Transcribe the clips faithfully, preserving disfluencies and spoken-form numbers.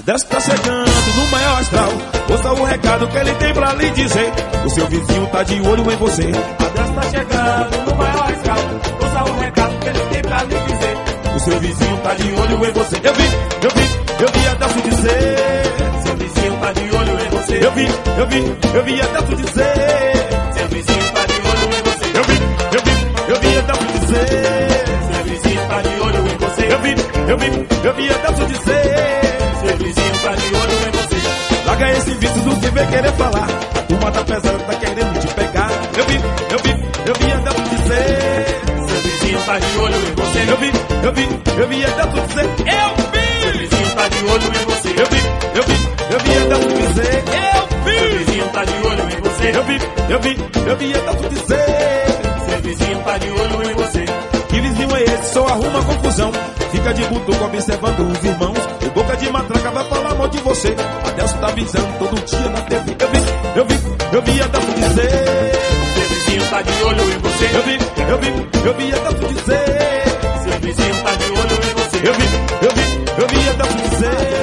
Adelso tá chegando no maior astral. Ouça o recado que ele tem pra lhe dizer. O seu vizinho tá de olho em você. Adelso tá chegando no maior astral. Ouça o recado que ele tem pra lhe dizer. O seu vizinho tá de olho em você. Eu vi, eu vi, eu vi Adelso dizer. Seu vizinho tá de olho em você. Eu vi, eu vi, eu vi Adelso dizer. Seu vizinho tá de olho em você. Eu vi, eu vi, eu vi Adelso dizer. Seu vizinho tá de olho em você. Eu vi, eu vi, eu vi Adelso dizer. Seu vizinho tá de olho em você. Larga esse vício do que vem querer falar. A turma tá pesada, tá querendo te pegar. Eu vi, eu vi, eu vi Adelso dizer. Seu vizinho tá de olho em você. Eu vi, eu vi, eu vi Adelso dizer. Eu vi. Seu vizinho tá de olho em você. Eu vi, eu vi, eu vi Adelso dizer. Eu vi. Seu vizinho tá de olho em você. Eu vi, eu vi, eu vi Adelso dizer. Seu vizinho tá de olho em você. Que vizinho é esse? Só arruma confusão. Fica de butuco observando os irmãos. O boca de matraca vai falar mal de você. Adelso tá avisando todo dia na T V. Eu vi, eu vi, eu vi Adelso dizer. Seu vizinho tá de olho em você. Eu vi, eu vi, eu vi Adelso dizer. Seu vizinho tá de olho em você. Eu vi, eu vi, eu vi Adelso dizer.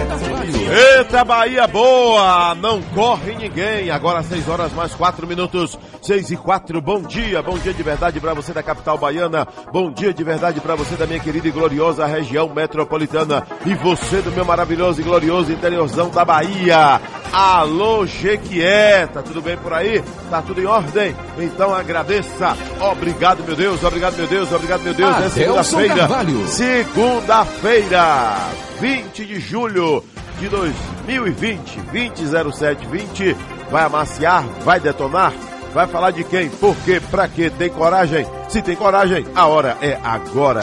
Eita, Bahia boa! Não corre ninguém. Agora seis horas mais quatro minutos. seis e quatro, bom dia. Bom dia de verdade pra você da capital baiana. Bom dia de verdade pra você da minha querida e gloriosa região metropolitana. E você do meu maravilhoso e glorioso interiorzão da Bahia. Alô, Jequié, tá tudo bem por aí? Tá tudo em ordem? Então agradeça. Obrigado, meu Deus, obrigado, meu Deus, obrigado, meu Deus. É segunda-feira. Segunda-feira, vinte de julho de dois mil e vinte. vinte zero sete vinte. Vai amaciar, vai detonar, vai falar de quem, por quê, pra quê? Tem coragem? Se tem coragem, a hora é agora.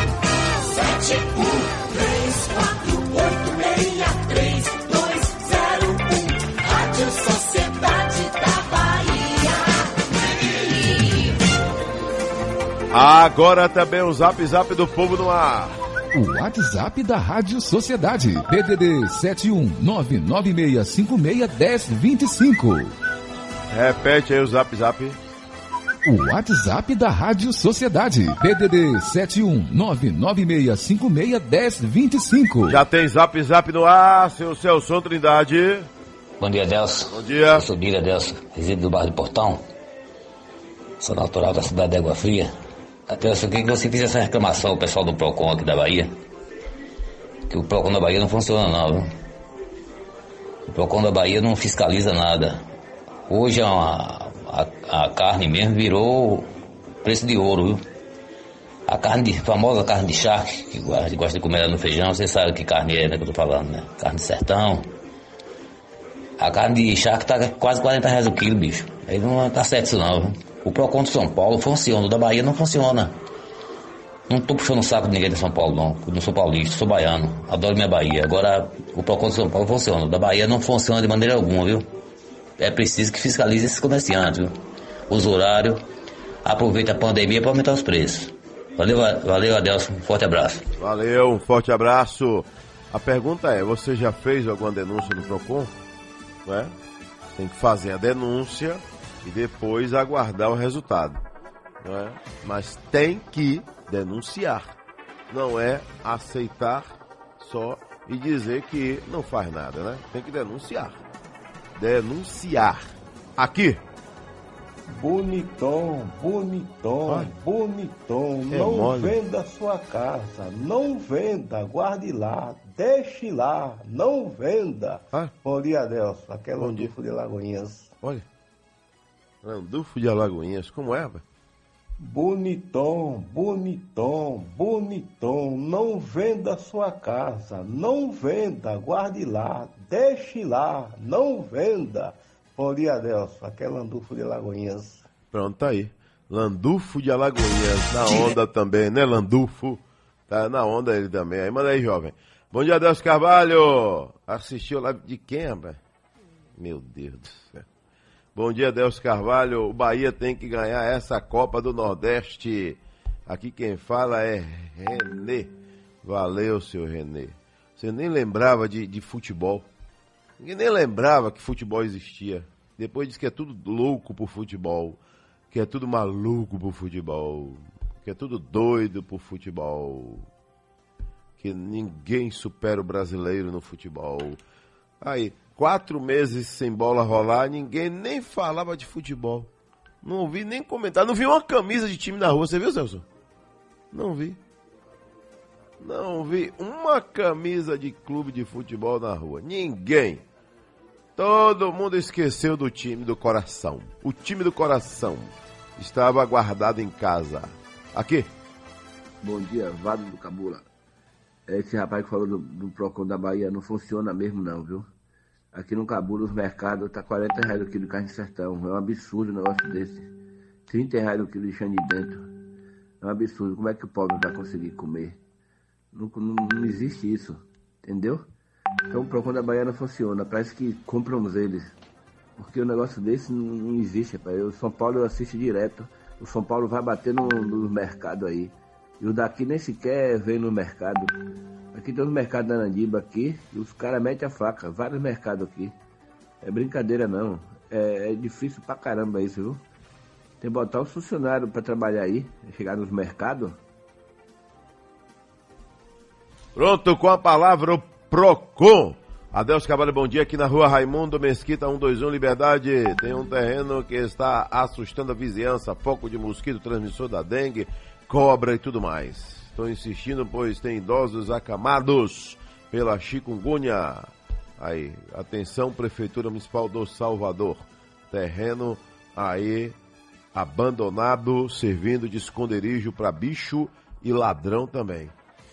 sete um três quatro oito seis três dois zero um Rádio Sociedade da Bahia. Agora também o Zap Zap do povo no ar. O WhatsApp da Rádio Sociedade. P D D sete um nove nove seis cinco seis um zero dois cinco. Repete aí o Zap Zap. O WhatsApp da Rádio Sociedade. P D D sete um nove nove seis cinco seis um zero dois cinco. Já tem Zap Zap no ar, seu Celso Trindade. Bom dia, Adelso. Bom dia. Eu sou Bílio Adelso, resido do bairro do Portão. Sou natural da cidade de Água Fria. Adelso, eu queria que você fizesse essa reclamação ao pessoal do Procon aqui da Bahia. Que o Procon da Bahia não funciona não, viu? O Procon da Bahia não fiscaliza nada. Hoje a, a, a carne mesmo virou preço de ouro, viu? A carne de, famosa carne de charque, que a gente gosta de comer ela no feijão, você sabe que carne é, né, que eu tô falando, né? Carne de sertão. A carne de charque tá quase quarenta reais o quilo, bicho. Aí não tá certo isso não, viu? O Procon de São Paulo funciona, o da Bahia não funciona. Não tô puxando o saco de ninguém de São Paulo, não. Eu não sou paulista, sou baiano. Adoro minha Bahia. Agora, o Procon de São Paulo funciona. O da Bahia não funciona de maneira alguma, viu? É preciso que fiscalize esses comerciantes, viu? Os horários. Aproveita a pandemia para aumentar os preços. Valeu, valeu, Adelso. Um forte abraço. Valeu, um forte abraço. A pergunta é, você já fez alguma denúncia no Procon? Né? Tem que fazer a denúncia e depois aguardar o resultado. Não é? Mas tem que denunciar. Não é aceitar só e dizer que não faz nada, né? Tem que denunciar. Denunciar. Aqui. Bonitão, bonitão, Ai. bonitão. É não mole. venda sua casa, não venda, guarde lá, deixe lá, não venda. Ai. Bom dia, Adelso. Aquela Bom dia. Landulfo de Lagoinhas. Olha. Landulfo de Alagoinhas. Como é, rapaz? Bonitão, bonitão, bonitão. Não venda sua casa, não venda, guarde lá, deixe lá, não venda. Bom dia, Adelso. Aquela Landulfo de Lagoinhas. Pronto, tá aí. Landulfo de Alagoinhas, na onda também, né, Landulfo? Tá na onda ele também. Aí, manda aí, jovem. Bom dia, Adelso Carvalho. Assistiu lá de quem, rapaz? Meu Deus do céu. Bom dia, Adelso Carvalho. O Bahia tem que ganhar essa Copa do Nordeste. Aqui quem fala é Renê. Valeu, seu Renê. Você nem lembrava de, de futebol. Ninguém nem lembrava que futebol existia. Depois diz que é tudo louco por futebol. Que é tudo maluco por futebol. Que é tudo doido por futebol. que ninguém supera o brasileiro no futebol. Aí, quatro meses sem bola rolar, ninguém nem falava de futebol. Não ouvi nem comentar. Não vi uma camisa de time na rua. Você viu, Celso? Não vi. Não vi uma camisa de clube de futebol na rua. Ninguém. Todo mundo esqueceu do time do coração. O time do coração estava guardado em casa. Aqui. Bom dia, Vado do Cabula. Esse rapaz que falou do, do Procon da Bahia não funciona mesmo não, viu? Aqui no Cabula os mercados tá quarenta reais o quilo de carne de sertão. É um absurdo um negócio desse. trinta reais o quilo de chão de dentro. É um absurdo. Como é que o pobre vai conseguir comer? Não, não, não existe isso. Entendeu? Então o Procon da Bahia não funciona. Parece que compramos eles. Porque um negócio desse não, não existe, rapaz. O São Paulo eu assisto direto. O São Paulo vai bater no, no mercado aí. E o daqui nem sequer vem no mercado. Aqui tem um mercado da Nandiba aqui. E os caras metem a faca. Vários mercados aqui. É brincadeira não. É, é difícil pra caramba isso, viu? Tem que botar os funcionários pra trabalhar aí. Chegar nos mercados. Pronto, com a palavra o Procon. Adeus Cavalho, bom dia. Aqui na rua Raimundo Mesquita cento e vinte e um Liberdade. Tem um terreno que está assustando a vizinhança. Foco de mosquito, transmissor da dengue, cobra e tudo mais. Estou insistindo, pois tem idosos acamados pela chikungunya. Aí, atenção, Prefeitura Municipal do Salvador. Terreno aí abandonado, servindo de esconderijo para bicho e ladrão também.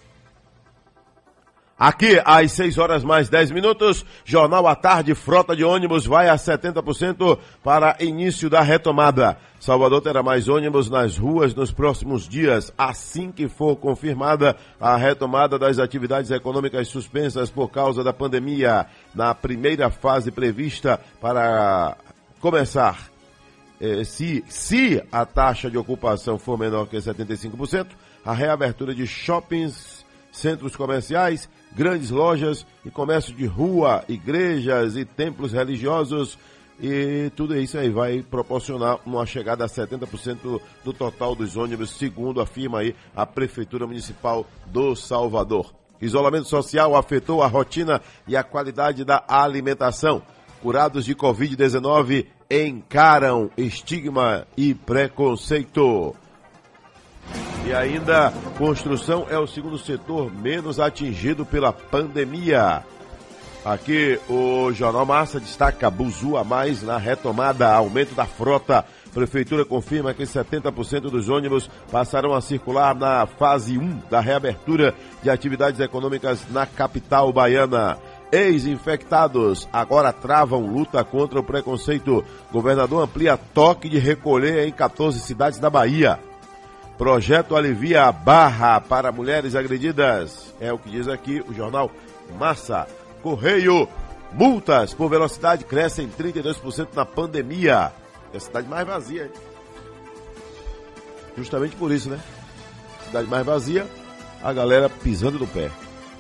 Aqui, às seis horas mais dez minutos, Jornal à Tarde, frota de ônibus vai a setenta por cento para início da retomada. Salvador terá mais ônibus nas ruas nos próximos dias, assim que for confirmada a retomada das atividades econômicas suspensas por causa da pandemia. Na primeira fase prevista para começar, eh, se, se a taxa de ocupação for menor que setenta e cinco por cento, a reabertura de shoppings, centros comerciais, grandes lojas e comércio de rua, igrejas e templos religiosos, e tudo isso aí vai proporcionar uma chegada a setenta por cento do total dos ônibus, segundo afirma aí a Prefeitura Municipal do Salvador. Isolamento social afetou a rotina e a qualidade da alimentação. Curados de covid dezenove encaram estigma e preconceito. E ainda, construção é o segundo setor menos atingido pela pandemia. Aqui o Jornal Massa destaca Buzu a mais na retomada, aumento da frota. Prefeitura confirma que setenta por cento dos ônibus passarão a circular na fase um da reabertura de atividades econômicas na capital baiana. Ex-infectados agora travam luta contra o preconceito. Governador amplia toque de recolher em quatorze cidades da Bahia. Projeto alivia a barra para mulheres agredidas. É o que diz aqui o Jornal Massa. Correio, multas por velocidade crescem trinta e dois por cento na pandemia. É a cidade mais vazia, hein? Justamente por isso, né? Cidade mais vazia, a galera pisando no pé.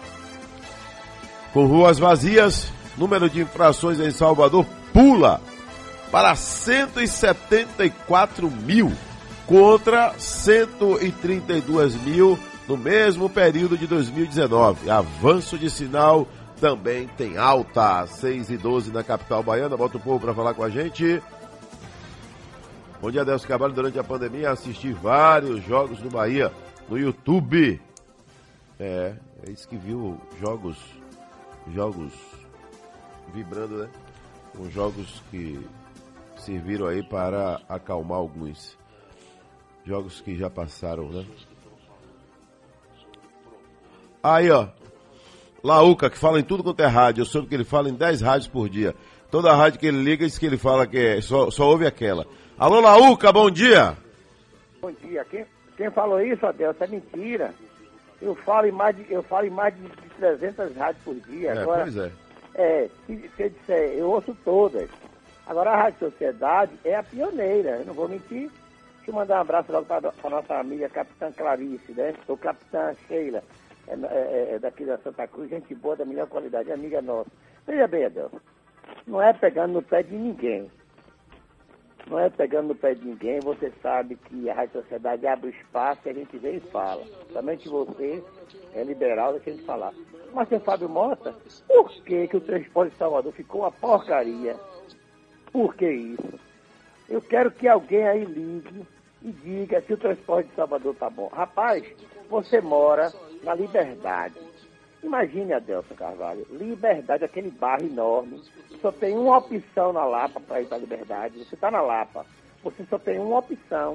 Com ruas vazias, número de infrações em Salvador pula para cento e setenta e quatro mil. Contra cento e trinta e dois mil no mesmo período de dois mil e dezenove. Avanço de sinal também tem alta. seis e doze na capital baiana. Bota o povo para falar com a gente. Bom dia, Adelso Cavalho. Durante a pandemia assisti vários jogos do Bahia no YouTube. É, é isso que viu jogos, jogos vibrando, né? Com jogos que serviram aí para acalmar alguns. Jogos que já passaram, né? Aí, ó. Laúca, que fala em tudo quanto é rádio. Eu soube que ele fala em dez rádios por dia. Toda rádio que ele liga diz que ele fala que é, só, só ouve aquela. Alô, Laúca, bom dia. Bom dia. Quem, quem falou isso, Adelso, é mentira. Eu falo em mais de, eu falo em mais de trezentas rádios por dia. É, Agora, pois é. É, se, se eu disser, eu ouço todas. Agora, a Rádio Sociedade é a pioneira, eu não vou mentir. Deixa eu mandar um abraço logo para a nossa amiga Capitã Clarice, né? Ou Capitã Sheila, é, é, é daqui da Santa Cruz, gente boa, da melhor qualidade, amiga nossa. Veja bem, Adelso, não é pegando no pé de ninguém. não é pegando no pé de ninguém, você sabe que a Rádio Sociedade abre o espaço e a gente vem e fala. Somente você é liberal, deixa a gente falar. Mas, seu Fábio Mota, por que, que o transporte de Salvador ficou uma porcaria? Por que isso? Eu quero que alguém aí ligue e diga se o transporte de Salvador tá bom. Rapaz, você mora na Liberdade. Imagine, Adelson Carvalho, Liberdade, aquele bairro enorme, só tem uma opção na Lapa para ir para a Liberdade. Você está na Lapa, você só tem uma opção.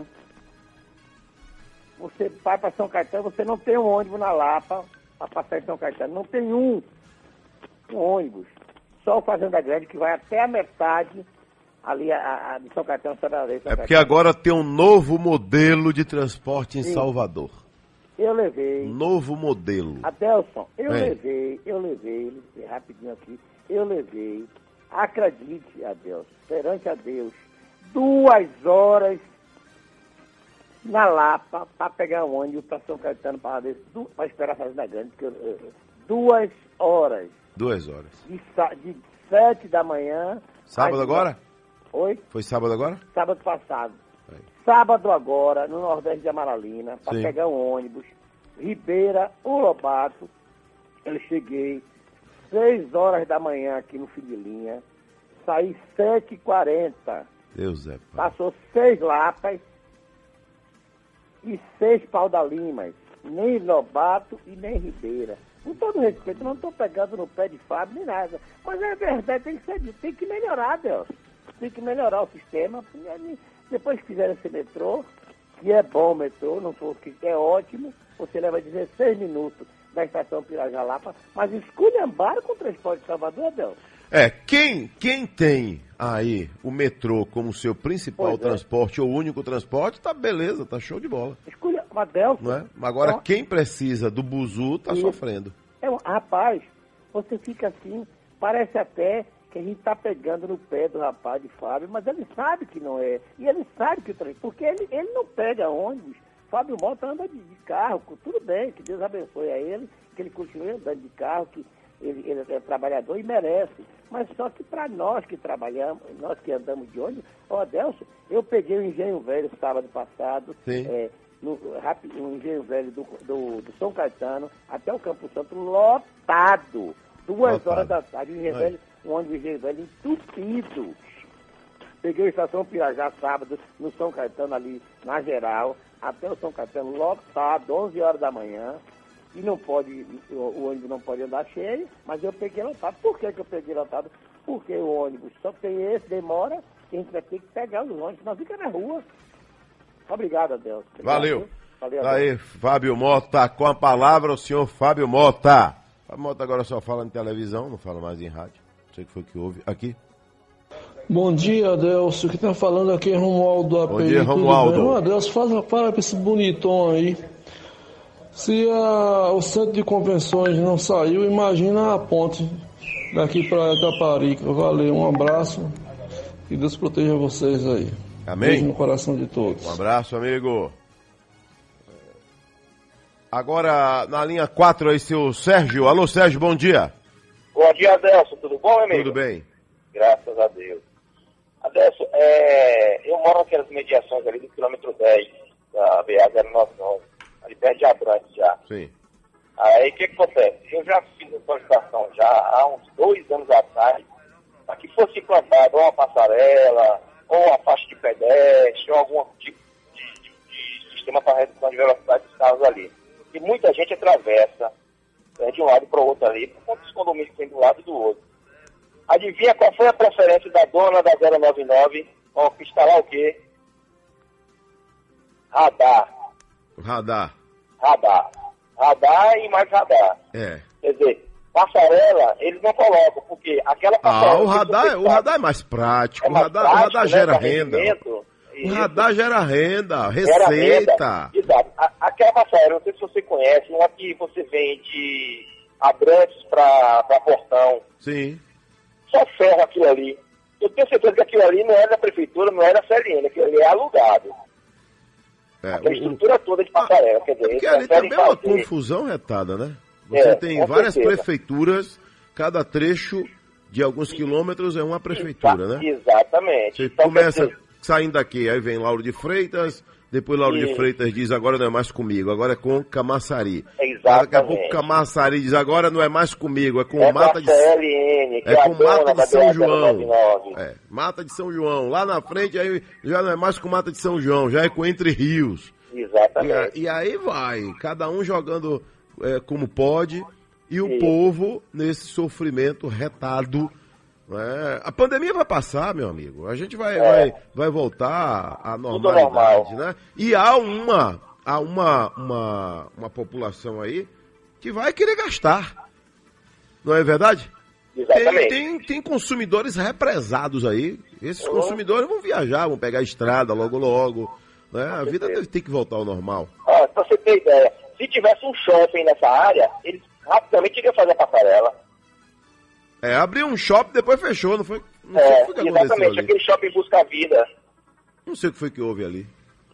Você vai para São Caetano, você não tem um ônibus na Lapa para passar em São Caetano. Não tem um, um ônibus. Só o Fazenda Grande que vai até a metade ali a, a de São Caetano. São Caetano. É porque agora tem um novo modelo de transporte em Sim. Salvador. Eu levei. Novo modelo. Adelson, eu Bem. levei, eu levei, rapidinho aqui, eu levei, acredite, Adelson, perante a Deus, duas horas na Lapa para pegar um ônibus para São Caetano para esperar a Fazenda Grande. Que eu, eu, duas horas. Duas horas. De, de sete da manhã. Sábado agora? Oi? Foi sábado agora? Sábado passado. Aí. Sábado agora, no Nordeste de Amaralina, para pegar um ônibus, Ribeira, o Lobato. Eu cheguei seis horas da manhã aqui no Fim de Linha, saí sete e quarenta. Deus é pai. Passou seis Lapas e seis Pau da Limas, nem Lobato e nem Ribeira. Com todo respeito, não estou pegando no pé de Fábio nem nada, mas é verdade, tem que ser dito, tem que melhorar, Deus. Tem que melhorar o sistema. Depois que fizeram esse metrô, que é bom o metrô, não for que é ótimo, você leva dezesseis minutos da estação Pirajá Lapa, mas esculhambaram com o transporte de Salvador, Adelson. É, quem, quem tem aí o metrô como seu principal Pois é. transporte ou único transporte, tá beleza, tá show de bola. Esculha, Adelson. Não é? Agora, Ó, quem precisa do buzu tá Isso. sofrendo. É um, rapaz, você fica assim, parece até que a gente tá pegando no pé do rapaz de Fábio, mas ele sabe que não é. E ele sabe que o trem, porque ele, ele não pega ônibus. Fábio Mota anda de, de carro, tudo bem, que Deus abençoe a ele, que ele continue andando de carro, que ele, ele é trabalhador e merece. Mas só que para nós que trabalhamos, nós que andamos de ônibus, ó, Adelson, eu peguei o Engenho Velho sábado passado, Sim. é, no, rápido, o Engenho Velho do, do, do São Caetano até o Campo Santo, lotado. Duas Lotado. horas da tarde, o Engenho Aí. Velho, um ônibus Engenho Velho entupido. Peguei a estação Pirajá sábado, no São Caetano ali, na geral, até o São Caetano lotado, onze horas da manhã. E não pode, o, o ônibus não pode andar cheio, mas eu peguei lotado. Por que, que eu peguei lotado? Porque o ônibus só tem esse, demora, e a gente vai ter que pegar os ônibus, senão fica na rua. Obrigado, Adelson. Obrigado, Valeu. viu? Valeu, Tá Adelson. aí, Fábio Mota, com a palavra o senhor Fábio Mota. Fábio Mota agora só fala em televisão, não fala mais em rádio. Não sei o que foi que houve. Aqui. Bom dia, Adelson. Quem tá falando aqui é Romualdo A P I. Bom dia, Tudo Romualdo. bem? Ô, Adelson, fala, fala pra esse bonitão aí. Se a, o centro de convenções não saiu, imagina a ponte daqui pra Itaparica. Valeu, um abraço. Que Deus proteja vocês aí. Amém. Beijo no coração de todos. Um abraço, amigo. Agora, na linha quatro aí, seu Sérgio. Alô, Sérgio, bom dia. Bom dia, Adelson. Tudo bom, meu amigo? Tudo bem. Graças a Deus. Adelson, é, eu moro naquelas mediações ali do quilômetro dez da B A zero nove nove, ali perto de Abrantes já. Sim. Aí, o que que acontece? Eu já fiz a solicitação já há uns dois anos atrás, para que fosse implantada ou uma passarela, ou uma faixa de pedestre, ou algum tipo de, de, de sistema para redução de velocidade dos carros ali. E muita gente atravessa é, de um lado para o outro ali, por conta dos condomínios que tem do lado e do outro. Adivinha qual foi a preferência da dona da zero nove nove? Ó, instalar o quê? Radar. Radar. Radar. Radar e mais radar. É. Quer dizer, passarela, eles não colocam, porque aquela passarela... Ah, o radar, o radar é mais prático. É mais o radar, prático, o radar né, gera para renda. rendimento. O Isso. radar gera renda, Gera receita. renda. Exato. A- aquela passarela, não sei se você conhece, uma que você vem de Abrantes para Portão. Sim. Só ferro aquilo ali. Eu tenho certeza que aquilo ali não é da prefeitura, não é da C L N, aquilo ali é alugado. É, Aquela o- estrutura toda de passarela, quer dizer, Porque eles ali preferem também é uma fazer. confusão retada, né? Você É, tem com várias certeza. prefeituras, cada trecho de alguns quilômetros é uma prefeitura, né? Exatamente. Você Então, quer começa, dizer, saindo daqui, aí vem Lauro de Freitas, depois Lauro Sim. de Freitas diz, agora não é mais comigo, agora é com Camaçari. Exatamente. Daqui a pouco Camaçari diz, agora não é mais comigo, é com É Mata com a de... C L N, que É é a com dona Mata da de São B A João. zero nove nove. É, Mata de São João. Lá na frente aí já não é mais com Mata de São João, já é com Entre Rios. Exatamente. E, e aí vai, cada um jogando é, como pode, e o Sim. povo nesse sofrimento retado. Né? A pandemia vai passar, meu amigo. A gente vai, É. vai, vai voltar à normalidade, né? E há uma, há uma, uma, uma população aí que vai querer gastar. Não é verdade? Exatamente. Tem, tem, tem consumidores represados aí. Esses Uhum. consumidores vão viajar, vão pegar a estrada logo logo. Né? A vida deve ter que voltar ao normal. Ah, pra você ter ideia, se tivesse um shopping nessa área, eles rapidamente iriam fazer a passarela. É, abriu um shopping, depois fechou, não foi? Não sei o É, que foi que aconteceu exatamente, ali. aquele shopping Busca Vida. Não sei o que foi que houve ali.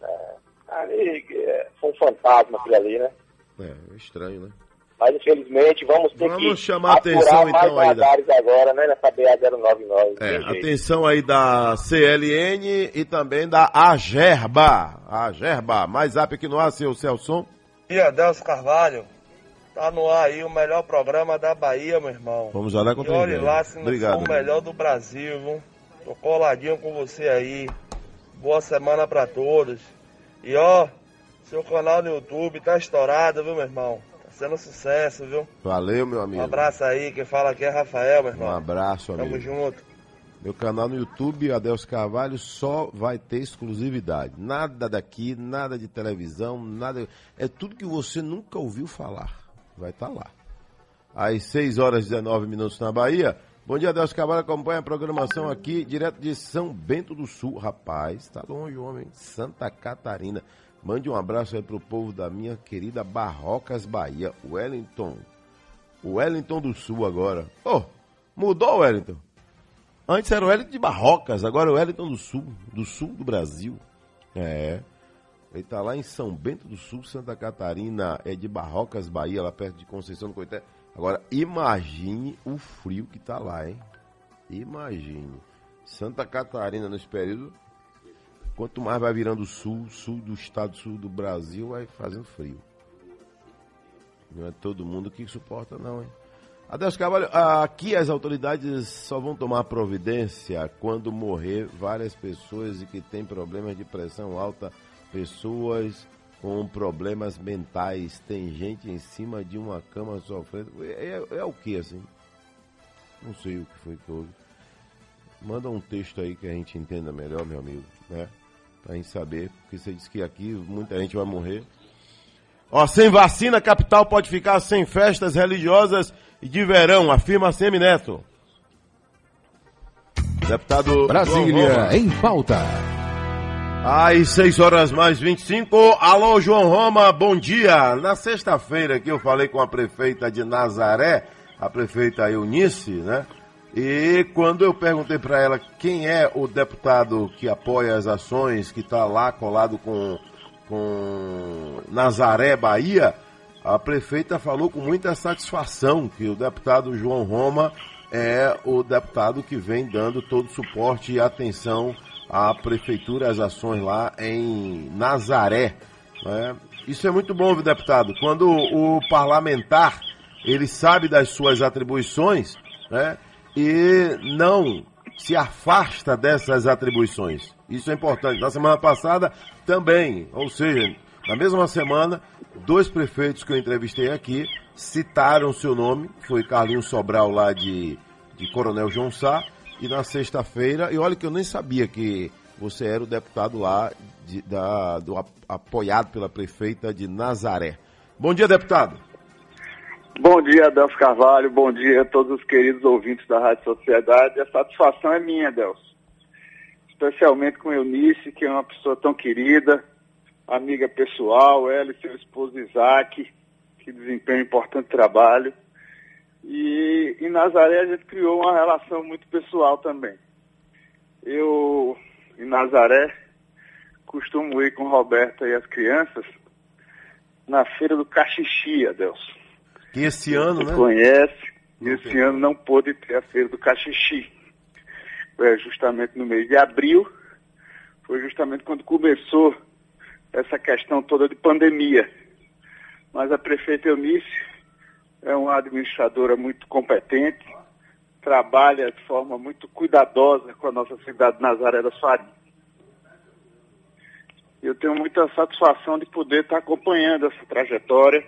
Ali, é, foi um fantasma aquilo ali, né? É, estranho, né? Mas infelizmente vamos ter Vamos que chamar a apurar atenção, mais então, aí, da- radares agora, né, nessa B A zero nove nove. É, Tem jeito. atenção aí da C L N e também da Agerba. Agerba, mais zap aqui no ar, seu Celson. E Adelso Carvalho, tá no ar aí o melhor programa da Bahia, meu irmão. Vamos olhar E contra olhe ninguém. lá se não Obrigado. for o melhor do Brasil, viu? Tô coladinho com você aí. Boa semana pra todos. E ó, seu canal no YouTube tá estourado, viu, meu irmão? Tá sendo sucesso, viu? Valeu, meu amigo. Um abraço aí, quem fala aqui é Rafael, meu Um irmão. abraço, amigo. Tamo junto. Meu canal no YouTube, Adelso Carvalho, só vai ter exclusividade. Nada daqui, nada de televisão, nada. É tudo que você nunca ouviu falar. Vai estar lá. Às seis horas e dezenove minutos na Bahia. Bom dia, Adelso Carvalho. Acompanha a programação aqui, direto de São Bento do Sul. Rapaz, tá longe, homem. Santa Catarina. Mande um abraço aí pro povo da minha querida Barrocas, Bahia. Wellington. O Wellington do Sul agora. Ô, oh, mudou, Wellington? Antes era o Wellington de Barrocas, agora é o Wellington do Sul, do Sul do Brasil. É. Ele tá lá em São Bento do Sul, Santa Catarina, é de Barrocas, Bahia, lá perto de Conceição do Coité. Agora, imagine o frio que tá lá, hein? Imagine. Santa Catarina, nesse período, quanto mais vai virando sul, sul do estado, sul do Brasil, vai fazendo frio. Não é todo mundo que suporta, não, hein? Adelso Carvalho, aqui as autoridades só vão tomar providência quando morrer várias pessoas e que têm problemas de pressão alta, pessoas com problemas mentais, tem gente em cima de uma cama sofrendo. É, é, é o que, assim? Não sei o que foi que houve. Manda um texto aí que a gente entenda melhor, meu amigo, né? Pra gente saber, porque você disse que aqui muita gente vai morrer. Ó, sem vacina, a capital pode ficar sem festas religiosas e de verão, afirma Semineto. Deputado Brasília em pauta. Às seis horas mais vinte e cinco. Alô, João Roma, bom dia. Na sexta-feira que eu falei com a prefeita de Nazaré, a prefeita Eunice, né? E quando eu perguntei para ela quem é o deputado que apoia as ações, que está lá colado com, com Nazaré, Bahia, a prefeita falou com muita satisfação que o deputado João Roma é o deputado que vem dando todo o suporte e atenção à prefeitura, às ações lá em Nazaré. Né? Isso é muito bom, viu, deputado? Quando o parlamentar ele sabe das suas atribuições, né? E não se afasta dessas atribuições. Isso é importante. Na semana passada também, ou seja, na mesma semana, dois prefeitos que eu entrevistei aqui citaram o seu nome, foi Carlinhos Sobral lá de, de Coronel João Sá, e na sexta-feira, e olha que eu nem sabia que você era o deputado lá, de, da, do, apoiado pela prefeita de Nazaré. Bom dia, deputado. Bom dia, Adelso Carvalho, bom dia a todos os queridos ouvintes da Rádio Sociedade. A satisfação é minha, Adelso. Especialmente com Eunice, que é uma pessoa tão querida, amiga pessoal, ela e seu esposo Isaac, que desempenham um importante trabalho. E em Nazaré a gente criou uma relação muito pessoal também. Eu, em Nazaré, costumo ir com Roberta e as crianças na Feira do Caxixi, Adelso. Que esse ano, Você né? conhece, Não esse tem. ano não pôde ter a Feira do Caxixi. É, justamente no mês de abril, foi justamente quando começou essa questão toda de pandemia. Mas a prefeita Eunice é uma administradora muito competente, trabalha de forma muito cuidadosa com a nossa cidade de Nazaré das Farinhas. Eu tenho muita satisfação de poder estar acompanhando essa trajetória.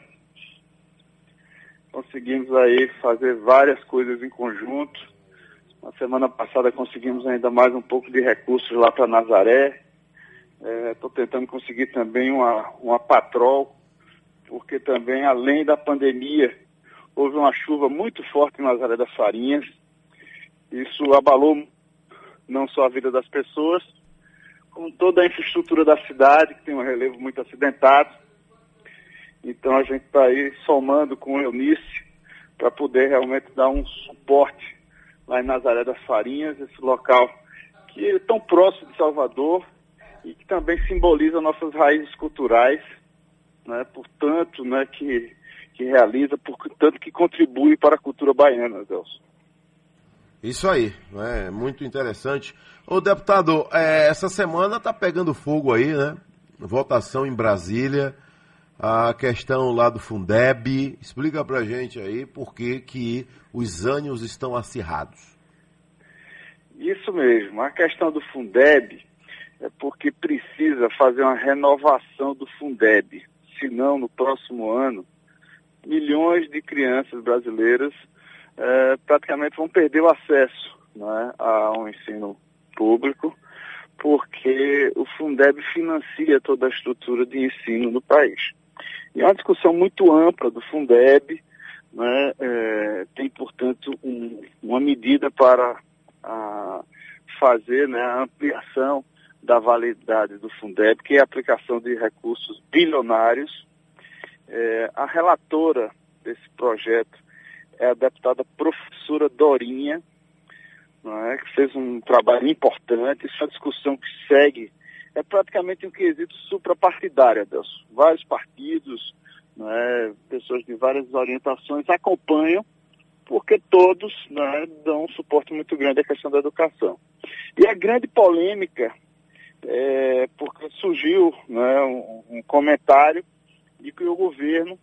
Conseguimos aí fazer várias coisas em conjunto. Na semana passada conseguimos ainda mais um pouco de recursos lá para Nazaré. Estou é, tentando conseguir também uma, uma patrol, porque também, além da pandemia, houve uma chuva muito forte em Nazaré das Farinhas. Isso abalou não só a vida das pessoas, como toda a infraestrutura da cidade, que tem um relevo muito acidentado. Então a gente está aí somando com o Eunice para poder realmente dar um suporte lá em Nazaré das Farinhas, esse local que é tão próximo de Salvador e que também simboliza nossas raízes culturais, né, portanto, né, que, que realiza, portanto, que contribui para a cultura baiana, Deus. Isso aí, é muito interessante. Ô deputado, é, essa semana está pegando fogo aí, né? Votação em Brasília, a questão lá do Fundeb. Explica pra gente aí por que que os ânimos estão acirrados. Isso mesmo, a questão do Fundeb é porque precisa fazer uma renovação do Fundeb. Senão, no próximo ano, milhões de crianças brasileiras É, praticamente vão perder o acesso, né, ao ensino público, porque o Fundeb financia toda a estrutura de ensino no país. E é uma discussão muito ampla do Fundeb, né, é, tem, portanto, um, uma medida para a, fazer, né, a ampliação da validade do Fundeb, que é a aplicação de recursos bilionários. É, a relatora desse projeto é a deputada professora Dorinha, não é, que fez um trabalho importante. Isso é uma discussão que segue, é praticamente um quesito suprapartidário, Adelson. Vários partidos, não é, pessoas de várias orientações acompanham, porque todos, não é, dão um suporte muito grande à questão da educação. E a grande polêmica é porque surgiu, não é, um, um comentário de que o governo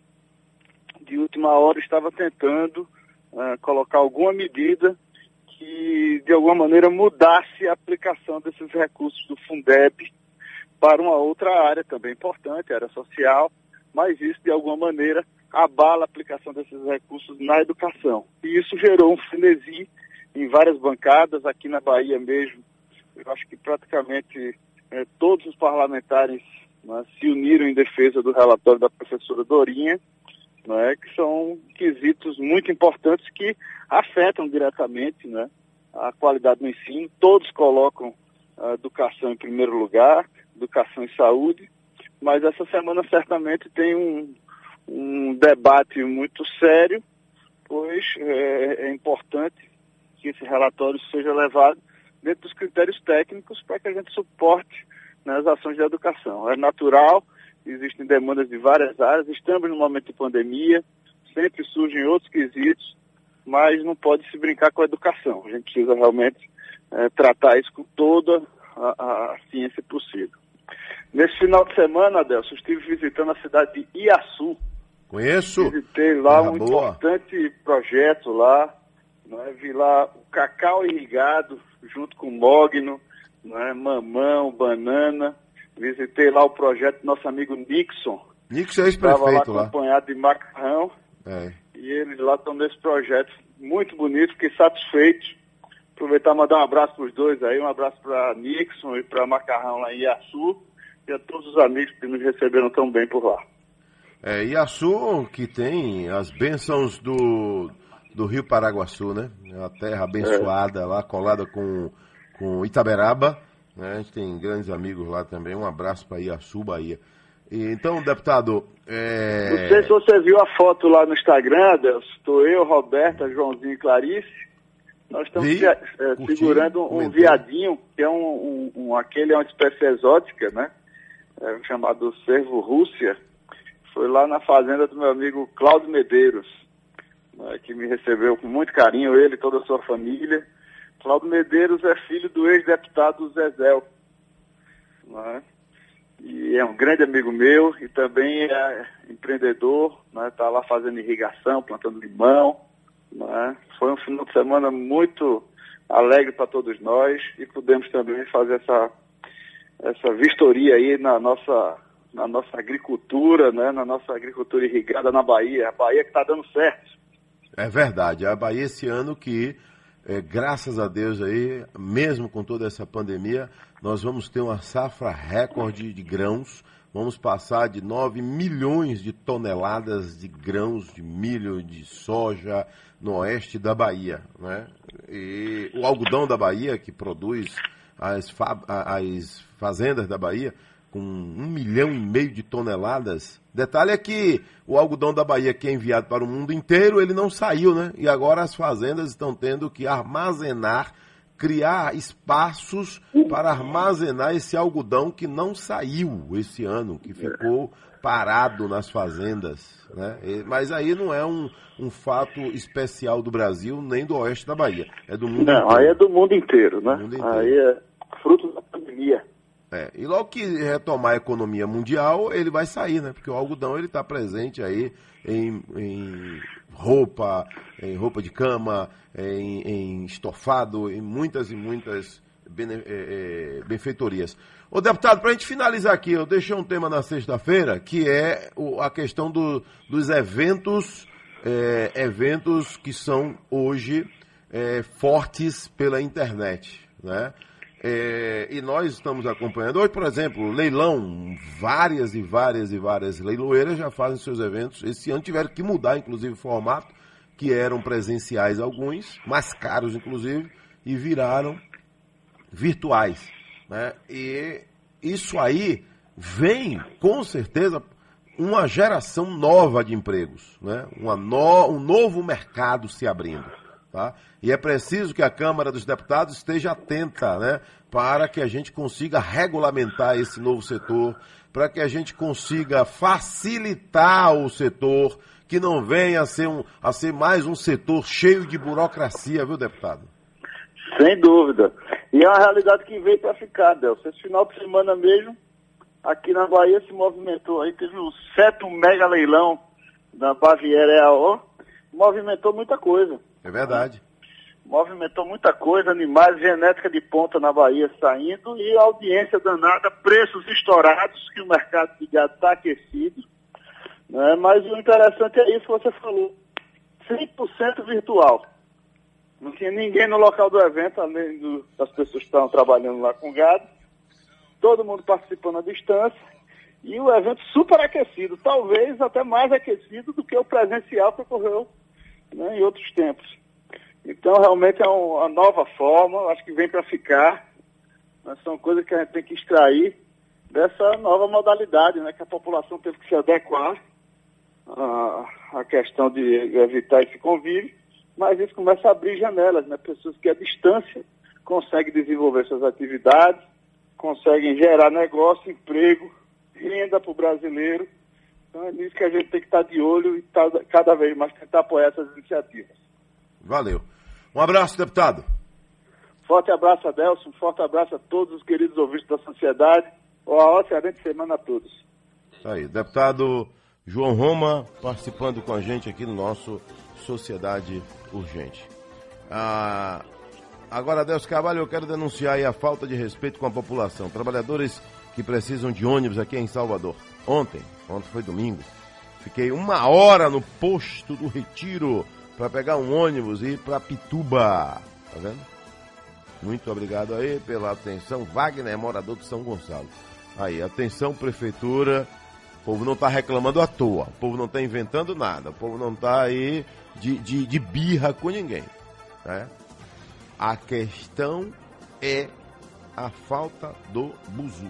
de última hora estava tentando uh, colocar alguma medida que, de alguma maneira, mudasse a aplicação desses recursos do Fundeb para uma outra área também importante, a área social, mas isso, de alguma maneira, abala a aplicação desses recursos na educação. E isso gerou um frenesi em várias bancadas, aqui na Bahia mesmo. Eu acho que praticamente eh, todos os parlamentares, né, se uniram em defesa do relatório da professora Dorinha, né, que são quesitos muito importantes que afetam diretamente, né, a qualidade do ensino. Todos colocam a educação em primeiro lugar, educação e saúde, mas essa semana certamente tem um, um debate muito sério, pois é, é importante que esse relatório seja levado dentro dos critérios técnicos para que a gente suporte, né, as ações de educação. É natural. Existem demandas de várias áreas, estamos no momento de pandemia, sempre surgem outros quesitos, mas não pode se brincar com a educação. A gente precisa realmente é, tratar isso com toda a, a ciência possível. Nesse final de semana, Adelson, estive visitando a cidade de Iaçu. Conheço. Visitei lá Terra um boa. importante projeto lá, né, vi lá o cacau irrigado junto com mogno, né, mamão, banana. Visitei lá o projeto do nosso amigo Nixon. Nixon é ex-prefeito lá. Estava lá acompanhado de macarrão. É. E eles lá estão nesse projeto muito bonito, fiquei satisfeito. Aproveitar e mandar um abraço para os dois aí, um abraço para Nixon e para Macarrão lá em Iaçu. E a todos os amigos que nos receberam tão bem por lá. É, Iaçu, que tem as bênçãos do, do Rio Paraguaçu, né? A terra abençoada é. lá, colada com, com Itaberaba. Né? A gente tem grandes amigos lá também. Um abraço para Iaçu, Bahia. E, então, deputado... É... Não sei se você viu a foto lá no Instagram, Deus. Estou eu, Roberta, Joãozinho e Clarice. Nós estamos Vi, é, curti, segurando um comentei. viadinho, que é um, um, um... Aquele é uma espécie exótica, né? É, chamado Cervo Rússia. Foi lá na fazenda do meu amigo Cláudio Medeiros, né, que me recebeu com muito carinho, ele e toda a sua família. Cláudio Medeiros é filho do ex-deputado Zezéu. né? E é um grande amigo meu e também é empreendedor, né? Está lá fazendo irrigação, plantando limão, né? Foi um final de semana muito alegre para todos nós e pudemos também fazer essa, essa vistoria aí na nossa, na nossa agricultura, né? Na nossa agricultura irrigada na Bahia, a Bahia que está dando certo. É verdade, a Bahia esse ano que, é, graças a Deus aí, mesmo com toda essa pandemia, nós vamos ter uma safra recorde de grãos, vamos passar de nove milhões de toneladas de grãos, de milho, de soja no oeste da Bahia, né? E o algodão da Bahia, que produz as, fa- as fazendas da Bahia, com um milhão e meio de toneladas. Detalhe é que o algodão da Bahia, que é enviado para o mundo inteiro, ele não saiu, né? E agora as fazendas estão tendo que armazenar, criar espaços para armazenar esse algodão que não saiu esse ano, que ficou parado nas fazendas, né? E, mas aí não é um, um fato especial do Brasil, nem do oeste da Bahia. É do mundo Não, inteiro. aí é do mundo inteiro, né? Do mundo inteiro. Aí é fruto da pandemia. É, e logo que retomar a economia mundial, ele vai sair, né? Porque o algodão ele está presente aí em, em roupa, em roupa de cama, em, em estofado, em muitas e muitas bene, é, é, benfeitorias. Ô deputado, para a gente finalizar aqui, eu deixei um tema na sexta-feira, que é o, a questão do, dos eventos, é, eventos que são hoje é, fortes pela internet, né? É, e nós estamos acompanhando hoje, por exemplo, leilão, várias e várias e várias leiloeiras já fazem seus eventos. Esse ano tiveram que mudar, inclusive, o formato, que eram presenciais alguns, mais caros, inclusive, e viraram virtuais, né? E isso aí vem, com certeza, uma geração nova de empregos, né? Uma no, um novo mercado se abrindo. Tá? E é preciso que a Câmara dos Deputados esteja atenta, né, para que a gente consiga regulamentar esse novo setor, para que a gente consiga facilitar o setor, que não venha a ser, um, a ser mais um setor cheio de burocracia, viu, deputado? Sem dúvida. E é uma realidade que veio para ficar, Delcio. Esse final de semana mesmo, aqui na Bahia se movimentou, aí teve um sétimo mega leilão da Baviera E A O, movimentou muita coisa. É verdade. Movimentou muita coisa, animais, genética de ponta na Bahia saindo e audiência danada, preços estourados, que o mercado de gado está aquecido. Né? Mas o interessante é isso que você falou, cem por cento virtual. Não tinha ninguém no local do evento, além do, das pessoas que estavam trabalhando lá com gado. Todo mundo participando à distância. E o evento super aquecido, talvez até mais aquecido do que o presencial que ocorreu, né, em outros tempos. Então, realmente é uma nova forma, acho que vem para ficar, mas são coisas que a gente tem que extrair dessa nova modalidade, né, que a população teve que se adequar à, à questão de evitar esse convívio, mas isso começa a abrir janelas, né, pessoas que à distância conseguem desenvolver suas atividades, conseguem gerar negócio, emprego, renda para o brasileiro. Então é nisso que a gente tem que estar de olho e tá, cada vez mais tentar apoiar essas iniciativas. Valeu. Um abraço, deputado. Forte abraço, Adelson. Um forte abraço a todos os queridos ouvintes da sociedade. Uma excelente semana a todos. Tá aí, deputado João Roma participando com a gente aqui no nosso Sociedade Urgente. Ah, agora, Adelson Carvalho, eu quero denunciar aí a falta de respeito com a população. Trabalhadores que precisam de ônibus aqui em Salvador. Ontem, ontem foi domingo, fiquei uma hora no posto do Retiro para pegar um ônibus e ir para Pituba. Tá vendo? Muito obrigado aí pela atenção. Wagner, morador de São Gonçalo. Aí, atenção, prefeitura. O povo não está reclamando à toa. O povo não está inventando nada. O povo não está aí de, de, de birra com ninguém. Né? A questão é a falta do buzu.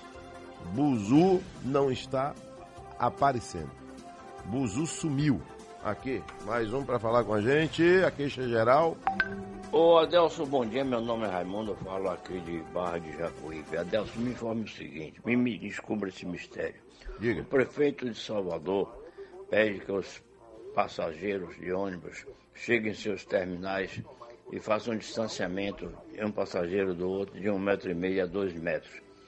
Buzu não está aparecendo. Buzu sumiu. Aqui, mais um para falar com a gente. A queixa geral. Ô Adelson, bom dia. Meu nome é Raimundo. Eu falo aqui de Barra de Jacuípe. Adelson, me informe o seguinte. Me, me descubra esse mistério. Diga. O prefeito de Salvador pede que os passageiros de ônibus cheguem em seus terminais e façam um distanciamento de um passageiro do outro de um metro e meio a dois metros.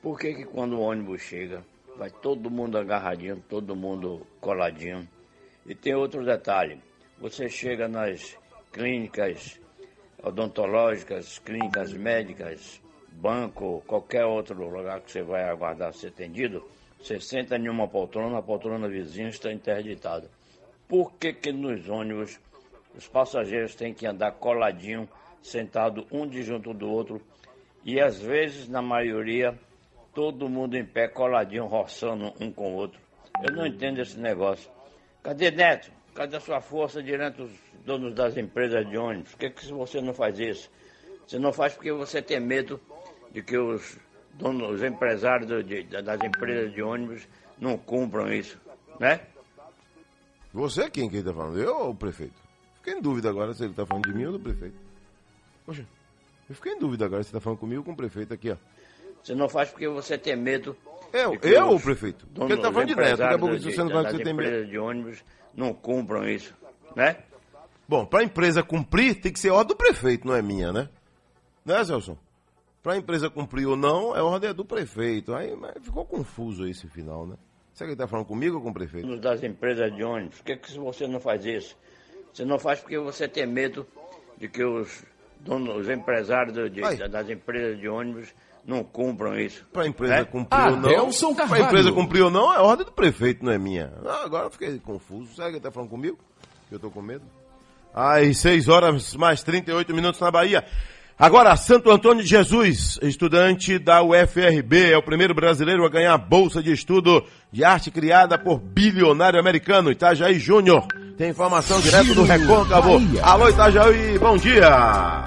Por que que quando o ônibus chega, vai todo mundo agarradinho, todo mundo coladinho? E tem outro detalhe, você chega nas clínicas odontológicas, clínicas médicas, banco, qualquer outro lugar que você vai aguardar ser atendido, você senta em uma poltrona, a poltrona vizinha está interditada. Por que que nos ônibus os passageiros têm que andar coladinho, sentado um de junto do outro, e às vezes, na maioria, todo mundo em pé, coladinho, roçando um com o outro? Eu não entendo esse negócio. Cadê Neto? Cadê a sua força diante dos donos das empresas de ônibus? Por que que você não faz isso? Você não faz porque você tem medo de que os donos, os empresários de, das empresas de ônibus não cumpram isso, né? Você quem que ele tá falando? Eu ou o prefeito? Fiquei em dúvida agora se ele tá falando de mim ou do prefeito. Poxa, eu fiquei em dúvida agora se ele tá falando comigo ou com o prefeito aqui, ó. Você não faz porque você tem medo... Eu, eu ou o prefeito? Porque ele tá falando de Neto, daqui a pouco você não vai que você tem medo. As empresas de ônibus não cumpram isso, né? Bom, pra empresa cumprir, tem que ser ordem do prefeito, não é minha, né? Né, Celso? Pra empresa cumprir ou não, é ordem do prefeito. Aí mas ficou confuso esse final, né? Será que ele tá falando comigo ou com o prefeito? Das empresas de ônibus, por que que você não faz isso? Você não faz porque você tem medo de que os donos, os empresários de, das empresas de ônibus não cumpram isso. Pra empresa né? cumprir ou não, pra empresa cumprir ou não, é ordem do prefeito, não é minha. Ah, agora eu fiquei confuso. Será que ele tá falando comigo? Eu tô com medo. Às seis horas mais trinta e oito minutos na Bahia. Agora, Santo Antônio de Jesus, estudante da U F R B, é o primeiro brasileiro a ganhar a bolsa de estudo de arte criada por bilionário americano, Itajaí Júnior. Tem informação direto do Recôncavo. Alô, Itajaí, bom dia!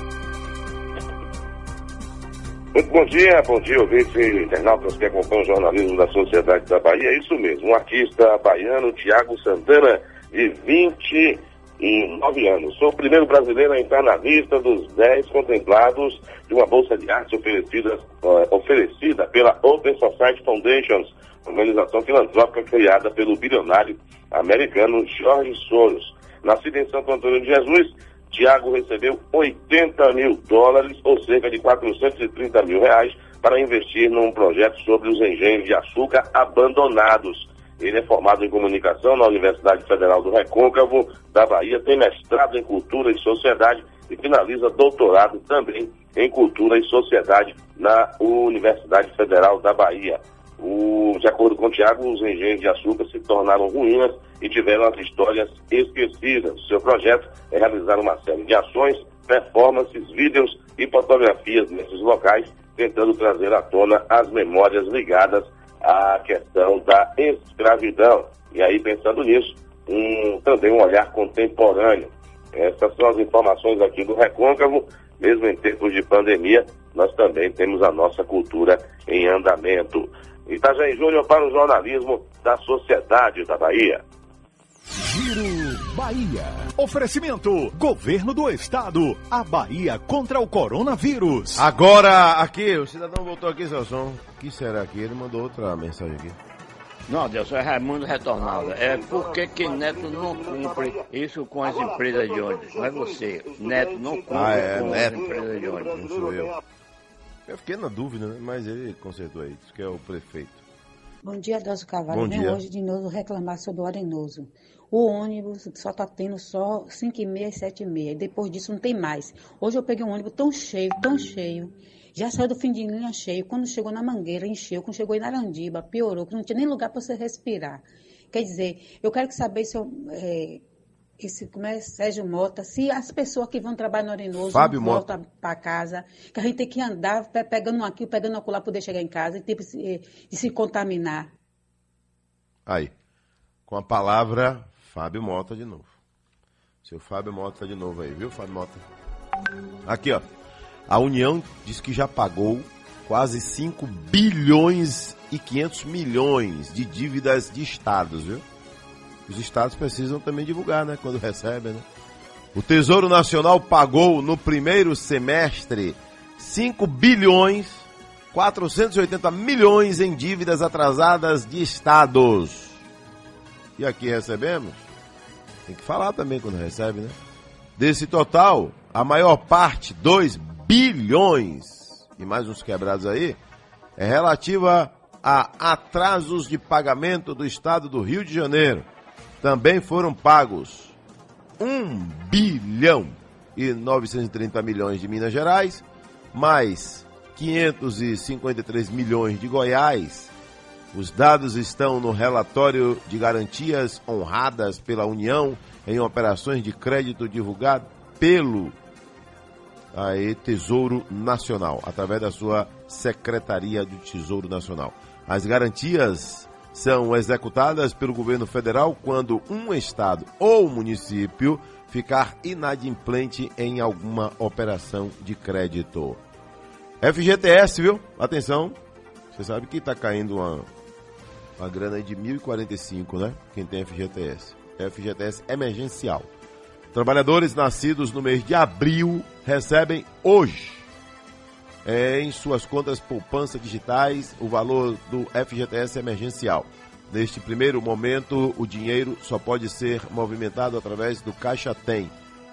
Muito bom dia, bom dia, ouvintes e internautas que acompanham o jornalismo da Sociedade da Bahia. É isso mesmo, um artista baiano, Tiago Santana, de vinte e nove anos. Sou o primeiro brasileiro a entrar na lista dos dez contemplados de uma bolsa de arte oferecida, uh, oferecida pela Open Society Foundations, organização filantrópica criada pelo bilionário americano Jorge Soros. Nascido em Santo Antônio de Jesus, Tiago recebeu oitenta mil dólares, ou cerca de quatrocentos e trinta mil reais, para investir num projeto sobre os engenhos de açúcar abandonados. Ele é formado em comunicação na Universidade Federal do Recôncavo da Bahia, tem mestrado em Cultura e Sociedade e finaliza doutorado também em Cultura e Sociedade na Universidade Federal da Bahia. O, de acordo com o Tiago, os engenhos de açúcar se tornaram ruínas e tiveram as histórias esquecidas. O seu projeto é realizar uma série de ações, performances, vídeos e fotografias nesses locais, tentando trazer à tona as memórias ligadas à questão da escravidão. E aí, pensando nisso, um, também um olhar contemporâneo. Essas são as informações aqui do Recôncavo. Mesmo em tempos de pandemia, nós também temos a nossa cultura em andamento. Itajaí Júnior para o jornalismo da Sociedade da Bahia. Giro Bahia. Oferecimento: Governo do Estado. A Bahia contra o coronavírus. Agora, aqui, o cidadão voltou aqui, Celso. O que será que ele mandou outra mensagem aqui? Não, Deus, é Raimundo Retornado. É por que que Neto não cumpre isso com as empresas de ônibus? Não é você. Neto não cumpre ah, é, com Neto. as empresas de ônibus. Não sou eu. Eu fiquei na dúvida, né? Mas ele consertou aí, diz que é o prefeito. Bom dia, Adelso Carvalho. Bom Venho dia. hoje de novo reclamar sobre o Arenoso. O ônibus só está tendo só cinco e meia e sete e meia. Depois disso não tem mais. Hoje eu peguei um ônibus tão cheio, tão cheio. Já saiu do fim de linha cheio. Quando chegou na Mangueira, encheu. Quando chegou em Narandiba, piorou. Que não tinha nem lugar para você respirar. Quer dizer, eu quero que saber se eu... É, esse, como é, Sérgio Mota, se as pessoas que vão trabalhar no Arenoso Fábio não voltam para casa, que a gente tem que andar pegando um aqui, pegando um acolá para poder chegar em casa e ter de se contaminar. Aí, com a palavra Fábio Mota de novo. Seu Fábio Mota de novo aí, viu, Fábio Mota? Aqui, ó. A União diz que já pagou quase cinco bilhões e quinhentos milhões de dívidas de estados, viu? Os estados precisam também divulgar, né? Quando recebem, né? O Tesouro Nacional pagou no primeiro semestre cinco bilhões e quatrocentos e oitenta milhões em dívidas atrasadas de estados. E aqui recebemos? Tem que falar também quando recebe, né? Desse total, a maior parte, dois bilhões, e mais uns quebrados aí, é relativa a atrasos de pagamento do Estado do Rio de Janeiro. Também foram pagos um bilhão e novecentos e trinta milhões de Minas Gerais, mais quinhentos e cinquenta e três milhões de Goiás. Os dados estão no relatório de garantias honradas pela União em operações de crédito divulgado pelo aí, Tesouro Nacional, através da sua Secretaria do Tesouro Nacional. As garantias são executadas pelo governo federal quando um estado ou município ficar inadimplente em alguma operação de crédito. F G T S, viu? Atenção, você sabe que está caindo uma, uma grana aí de mil e quarenta e cinco, né? Quem tem F G T S. F G T S emergencial. Trabalhadores nascidos no mês de abril recebem hoje, é, em suas contas poupança digitais, o valor do F G T S emergencial. Neste primeiro momento, o dinheiro só pode ser movimentado através do Caixa Tem.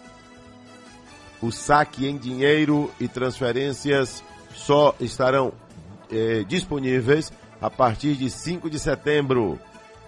O saque em dinheiro e transferências só estarão é, disponíveis a partir de cinco de setembro.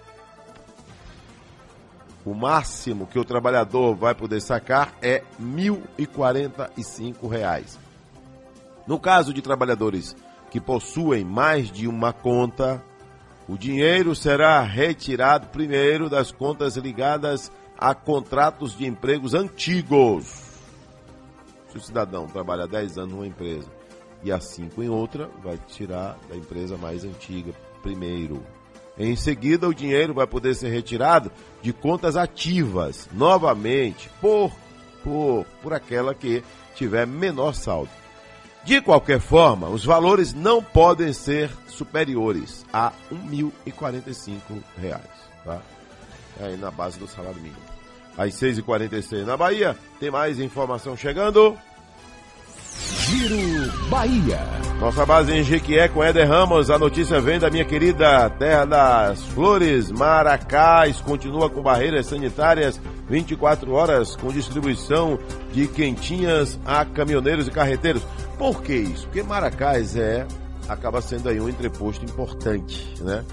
O máximo que o trabalhador vai poder sacar é mil e quarenta e cinco reais. No caso de trabalhadores que possuem mais de uma conta, o dinheiro será retirado primeiro das contas ligadas a contratos de empregos antigos. Se o cidadão trabalha dez anos numa empresa e há cinco em outra, vai tirar da empresa mais antiga primeiro. Em seguida, o dinheiro vai poder ser retirado de contas ativas, novamente, por, por, por aquela que tiver menor saldo. De qualquer forma, os valores não podem ser superiores a mil e quarenta e cinco reais, tá? É aí na base do salário mínimo. Às seis e quarenta e seis na Bahia, tem mais informação chegando. Giro Bahia. Nossa base em Jequié com Éder Ramos. A notícia vem da minha querida Terra das Flores. Maracás continua com barreiras sanitárias vinte e quatro horas, com distribuição de quentinhas a caminhoneiros e carreteiros. Por que isso? Porque Maracás é, acaba sendo aí um entreposto importante, né?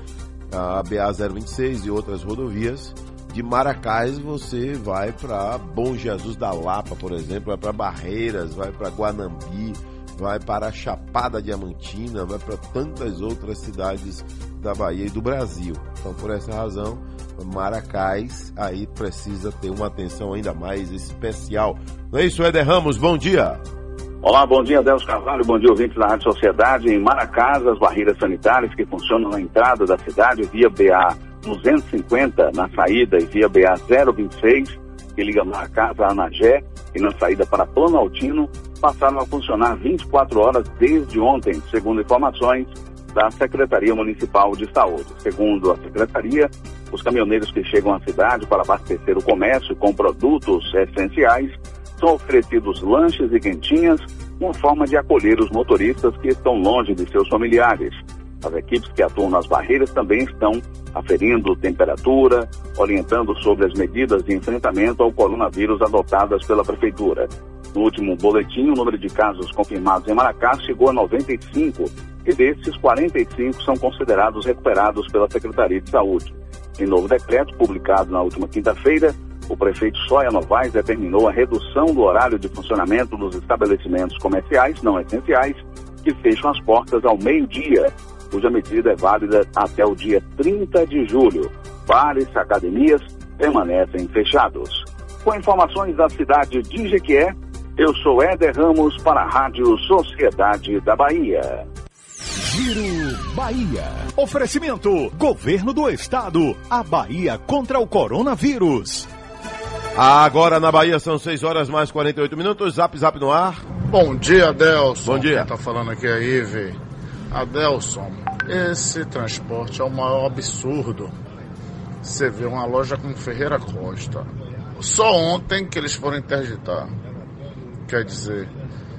A B A zero vinte e seis e outras rodovias. De Maracás você vai para Bom Jesus da Lapa, por exemplo, vai para Barreiras, vai para Guanambi, vai para Chapada Diamantina, vai para tantas outras cidades da Bahia e do Brasil. Então, por essa razão, Maracás aí precisa ter uma atenção ainda mais especial. Não é isso, Éder Ramos? Bom dia! Olá, bom dia, Adelso Carvalho, bom dia, ouvintes da Rádio Sociedade. Em Maracás, as barreiras sanitárias que funcionam na entrada da cidade via B A duzentos e cinquenta na saída e via B A zero vinte e seis, que liga Maracás a Anagé, e na saída para Planaltino, passaram a funcionar vinte e quatro horas desde ontem, segundo informações da Secretaria Municipal de Saúde. Segundo a Secretaria, os caminhoneiros que chegam à cidade para abastecer o comércio com produtos essenciais são oferecidos lanches e quentinhas, uma forma de acolher os motoristas que estão longe de seus familiares. As equipes que atuam nas barreiras também estão aferindo temperatura, orientando sobre as medidas de enfrentamento ao coronavírus adotadas pela Prefeitura. No último boletim, o número de casos confirmados em Maracás chegou a noventa e cinco, e desses, quarenta e cinco são considerados recuperados pela Secretaria de Saúde. Em novo decreto, publicado na última quinta-feira, o prefeito Soia Novaes determinou a redução do horário de funcionamento dos estabelecimentos comerciais não essenciais que fecham as portas ao meio-dia, cuja medida é válida até o dia trinta de julho. Bares, academias permanecem fechados. Com informações da cidade de Jequié, eu sou Éder Ramos para a Rádio Sociedade da Bahia. Giro Bahia. Oferecimento: Governo do Estado. A Bahia contra o coronavírus. Agora na Bahia são seis horas mais quarenta e oito minutos. Zap, zap no ar. Bom dia, Adelson. Bom dia. Quem tá falando aqui é a Ive. Adelson, esse transporte é o maior absurdo. Você vê uma loja como Ferreira Costa. Só ontem que eles foram interditar. Quer dizer,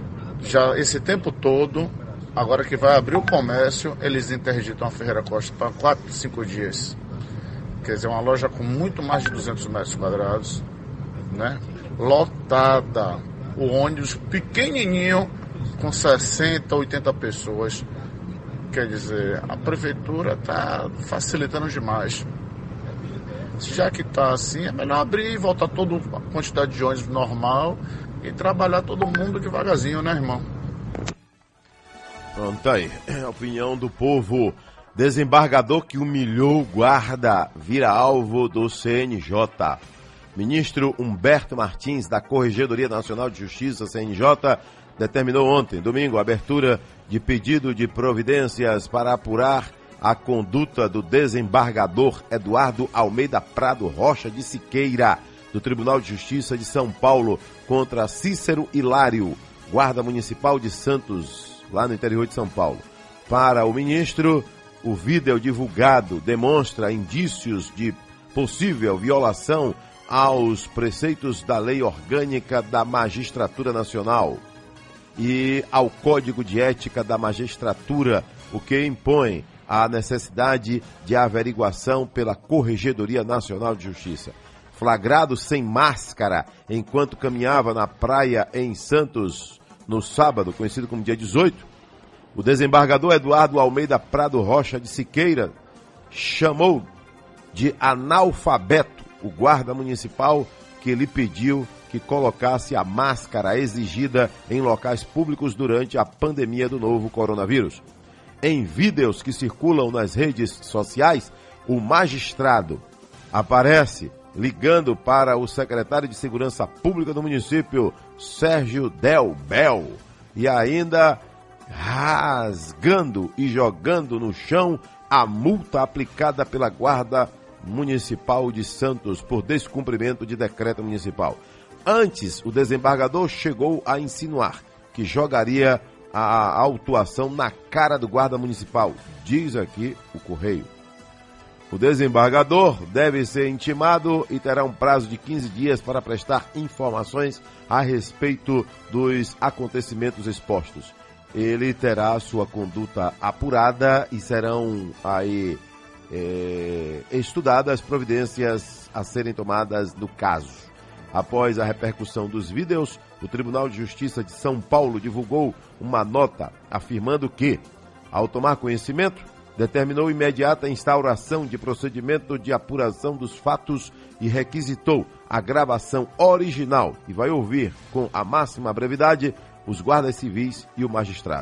já esse tempo todo, agora que vai abrir o comércio, eles interditam a Ferreira Costa para quatro, cinco dias. Quer dizer, uma loja com muito mais de duzentos metros quadrados, né? Lotada. O ônibus pequenininho, com sessenta, oitenta pessoas. Quer dizer, a prefeitura está facilitando demais. Já que está assim, é melhor abrir e voltar toda a quantidade de ônibus normal e trabalhar todo mundo devagarzinho, né, irmão? Pronto, tá aí. A opinião do povo. Desembargador que humilhou guarda vira alvo do C N J. Ministro Humberto Martins, da Corregedoria Nacional de Justiça, C N J, determinou ontem, domingo, a abertura de pedido de providências para apurar a conduta do desembargador Eduardo Almeida Prado Rocha de Siqueira, do Tribunal de Justiça de São Paulo, contra Cícero Hilário, guarda municipal de Santos, lá no interior de São Paulo. Para o ministro, o vídeo divulgado demonstra indícios de possível violação aos preceitos da Lei Orgânica da Magistratura Nacional e ao Código de Ética da Magistratura, o que impõe a necessidade de averiguação pela Corregedoria Nacional de Justiça. Flagrado sem máscara enquanto caminhava na praia em Santos no sábado, conhecido como dia dezoito, o desembargador Eduardo Almeida Prado Rocha de Siqueira chamou de analfabeto o guarda municipal que lhe pediu que colocasse a máscara exigida em locais públicos durante a pandemia do novo coronavírus. Em vídeos que circulam nas redes sociais, o magistrado aparece ligando para o secretário de Segurança Pública do município, Sérgio Del Bel, e ainda rasgando e jogando no chão a multa aplicada pela Guarda Municipal de Santos por descumprimento de decreto municipal. Antes, o desembargador chegou a insinuar que jogaria a autuação na cara do guarda municipal, diz aqui o Correio. O desembargador deve ser intimado e terá um prazo de quinze dias para prestar informações a respeito dos acontecimentos expostos. Ele terá sua conduta apurada e serão aí é, estudadas providências a serem tomadas no caso. Após a repercussão dos vídeos, o Tribunal de Justiça de São Paulo divulgou uma nota afirmando que, ao tomar conhecimento, determinou imediata instauração de procedimento de apuração dos fatos e requisitou a gravação original e vai ouvir com a máxima brevidade os guardas civis e o magistrado.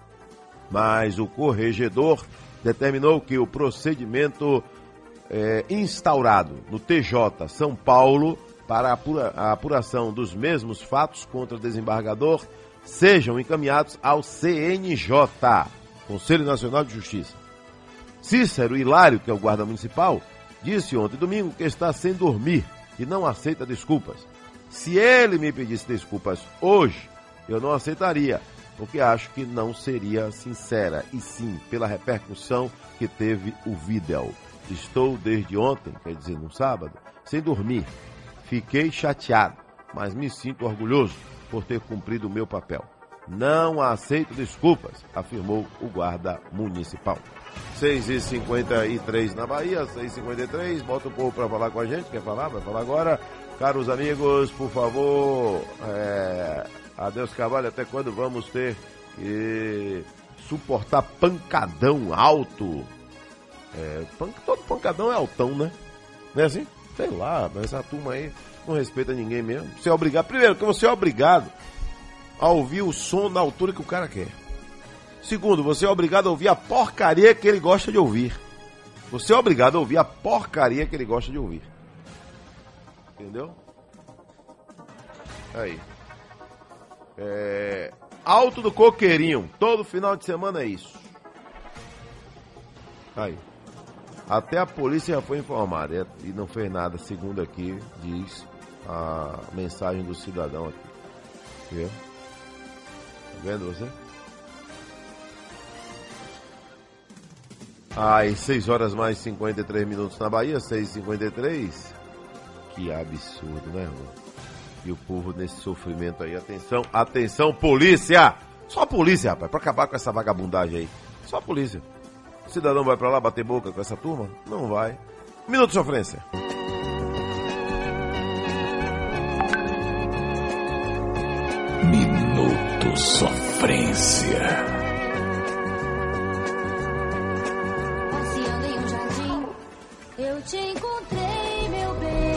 Mas o corregedor determinou que o procedimento é, instaurado no T J São Paulo para a, apura, a apuração dos mesmos fatos contra o desembargador sejam encaminhados ao C N J, Conselho Nacional de Justiça. Cícero Hilário, que é o guarda municipal, disse ontem domingo que está sem dormir e não aceita desculpas. Se ele me pedisse desculpas hoje, eu não aceitaria, porque acho que não seria sincera, e sim pela repercussão que teve o vídeo. Estou desde ontem, quer dizer, no sábado, sem dormir. Fiquei chateado, mas me sinto orgulhoso por ter cumprido o meu papel. Não aceito desculpas, afirmou o guarda municipal. seis e cinquenta e três na Bahia, seis e cinquenta e três, bota o povo para falar com a gente, quer falar? Vai falar agora. Caros amigos, por favor, é... Adeus Carvalho, até quando vamos ter que suportar pancadão alto? É, pan... Todo pancadão é altão, né? Não é assim? Sei lá, mas essa turma aí não respeita ninguém mesmo. Você é obrigado, primeiro, que você é obrigado a ouvir o som na altura que o cara quer. Segundo, você é obrigado a ouvir a porcaria que ele gosta de ouvir. Você é obrigado a ouvir a porcaria que ele gosta de ouvir. Entendeu? Aí. É... Alto do Coqueirinho. Todo final de semana é isso. Aí. Até a polícia já foi informada e não fez nada, segundo aqui diz a mensagem do cidadão aqui. Viu? Tá vendo você? Às seis horas mais cinquenta e três minutos na Bahia, seis e cinquenta e três. Que absurdo, né, irmão? E o povo nesse sofrimento aí. Atenção, atenção, polícia! Só a polícia, rapaz, pra acabar com essa vagabundagem aí. Só a polícia. O cidadão vai pra lá bater boca com essa turma? Não vai. Minuto de sofrência. Minuto Sofrência.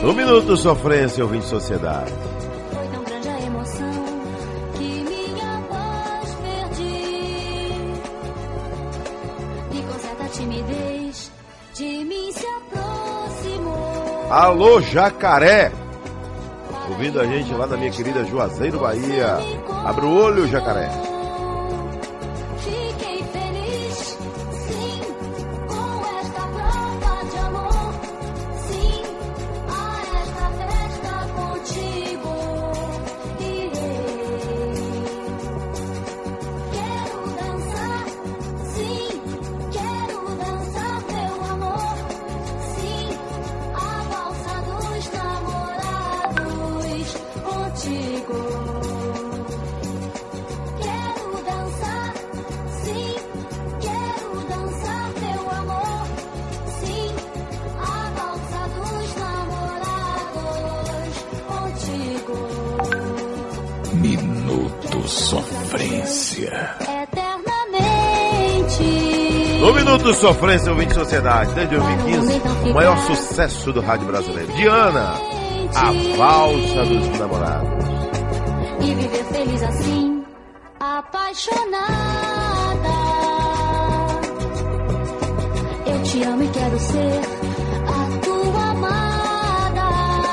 No Minuto Sofrência, ouvinte Sociedade. Foi tão grande a emoção que minha voz perdi. E com certa timidez de mim se aproximou. Alô, Jacaré! Ouvindo a gente lá na minha querida Juazeiro, Bahia. Abra o olho, Jacaré. Fiquei feliz, sim, com esta prova de amor. Sim, a esta festa contigo irei. Quero dançar, sim, quero dançar, meu amor. Sim, a valsa dos namorados contigo. Quero dançar, sim, quero dançar, meu amor. Sim, a valsa dos namorados contigo. Minuto Sofrência. Eternamente. No Minuto Sofrência, ouvinte Sociedade, desde dois mil e quinze, o maior sucesso do rádio brasileiro. Diana, a valsa dos namorados. E viver feliz assim, apaixonada. Eu te amo e quero ser a tua amada.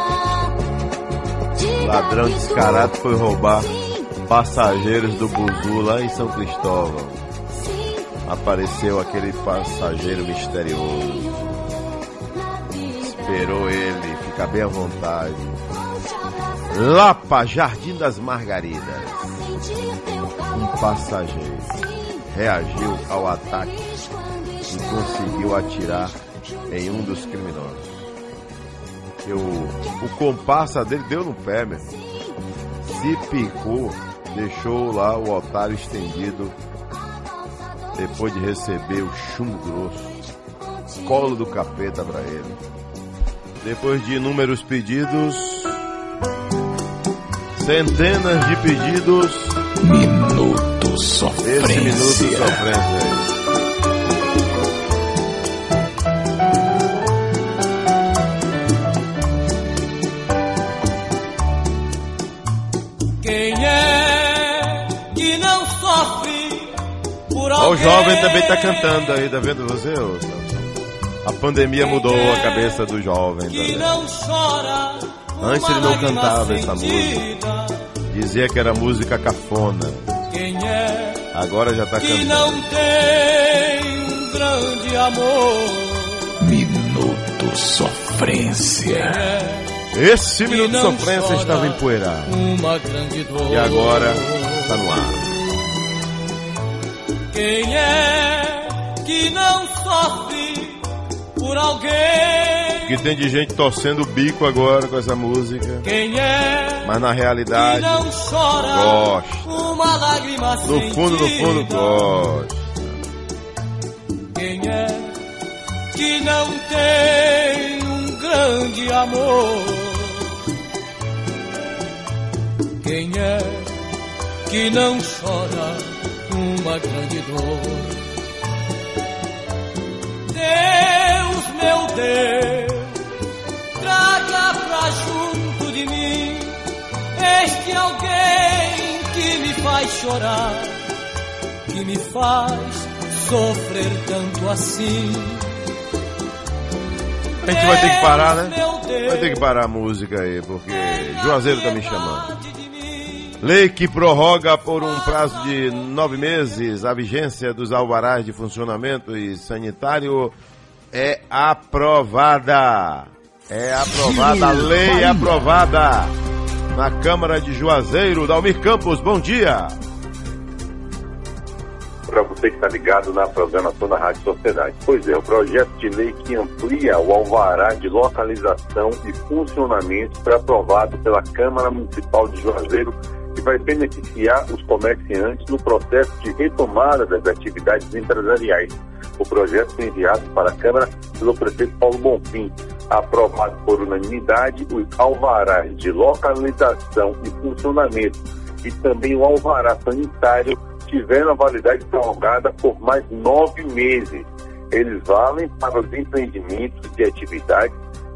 Diga Ladrão que descarado foi roubar passageiros do Buzu lá em São Cristóvão. Apareceu aquele passageiro misterioso. Esperou ele ficar bem à vontade. Lá pra Jardim das Margaridas, um passageiro reagiu ao ataque e conseguiu atirar em um dos criminosos. E o, o comparsa dele deu no pé, meu. Se picou, deixou lá o otário estendido depois de receber o chumbo grosso, colo do capeta pra ele. Depois de inúmeros pedidos, centenas de pedidos, Minuto Sofrência. Esse Minuto Sofrência aí. Quem é que não sofre por Ó, o alguém? jovem também tá cantando aí, tá vendo você? ô, A pandemia mudou a cabeça do jovem Que também. não chora. Antes ele não cantava essa música. sentida. Dizia que era música cafona. Quem é Agora já tá que cantando. não tem um grande amor? Minuto Sofrência. Esse Que Minuto de não Sofrência chora estava empoeirado. Uma grande dor. E agora tá no ar. Quem é que não sofre por alguém? O que tem de gente torcendo o bico agora com essa música. Quem é Mas na que realidade, não chora gosta. uma lágrima No fundo, no fundo, sentida? gosta. Quem é que não tem um grande amor? Quem é que não chora uma grande dor? Deus, meu Deus, traga pra junto de mim este alguém que me faz chorar, que me faz sofrer tanto assim. A gente vai ter que parar, né? Meu Deus, Vai ter que parar a música aí, porque Juazeiro tá me chamando. Lei que prorroga por um prazo de nove meses a vigência dos alvarás de funcionamento e sanitário é aprovada. É aprovada, a lei é aprovada na Câmara de Juazeiro. Dalmir Campos, bom dia. Para você que está ligado na programação da Rádio Sociedade. Pois é, o projeto de lei que amplia o alvará de localização e funcionamento foi aprovado pela Câmara Municipal de Juazeiro e vai beneficiar os comerciantes no processo de retomada das atividades empresariais. O projeto foi enviado para a Câmara pelo prefeito Paulo Bonfim. Aprovado por unanimidade, os alvarás de localização e funcionamento e também o alvará sanitário tiveram a validade prorrogada por mais nove meses. Eles valem para os empreendimentos de atividades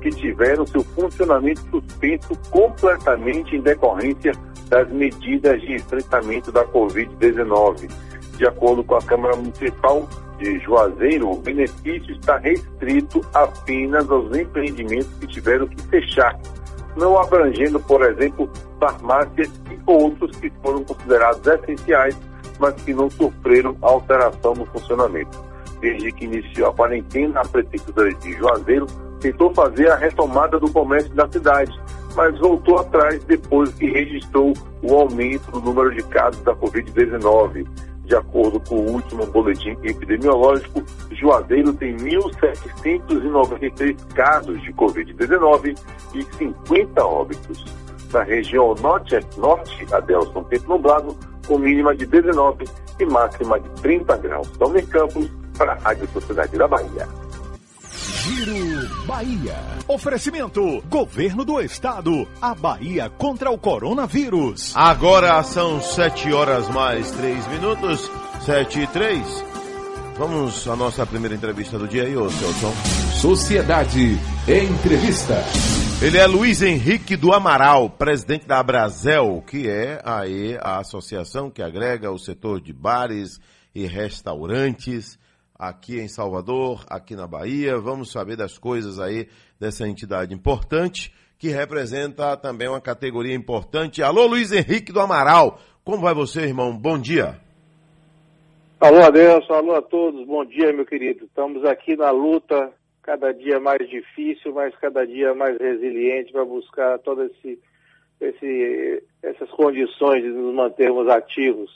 que tiveram seu funcionamento suspenso completamente em decorrência das medidas de enfrentamento da covid dezenove. De acordo com a Câmara Municipal de Juazeiro, o benefício está restrito apenas aos empreendimentos que tiveram que fechar, não abrangendo, por exemplo, farmácias e outros que foram considerados essenciais, mas que não sofreram alteração no funcionamento. Desde que iniciou a quarentena, a Prefeitura de Juazeiro tentou fazer a retomada do comércio da cidade, mas voltou atrás depois que registrou o aumento do número de casos da covid dezenove. De acordo com o último boletim epidemiológico, Juazeiro tem mil setecentos e noventa e três casos de covid dezenove e cinquenta óbitos. Na região norte, norte Adelson, tempo nublado, com mínima de dezenove e máxima de trinta graus. Dalmir Campos, para a Rádio Sociedade da Bahia. Giro Bahia. Oferecimento: Governo do Estado. A Bahia contra o coronavírus. Agora são sete horas mais três minutos. Sete e três. Vamos à nossa primeira entrevista do dia aí, ô Celson. Sociedade Entrevista. Ele é Luiz Henrique do Amaral, presidente da Abrazel, que é aí a associação que agrega o setor de bares e restaurantes aqui em Salvador, aqui na Bahia. Vamos saber das coisas aí dessa entidade importante, que representa também uma categoria importante. Alô, Luiz Henrique do Amaral, como vai você, irmão? Bom dia. Alô, Adelson, alô a todos, bom dia, meu querido. Estamos aqui na luta, cada dia mais difícil, mas cada dia mais resiliente para buscar todas esse, esse, essas condições de nos mantermos ativos.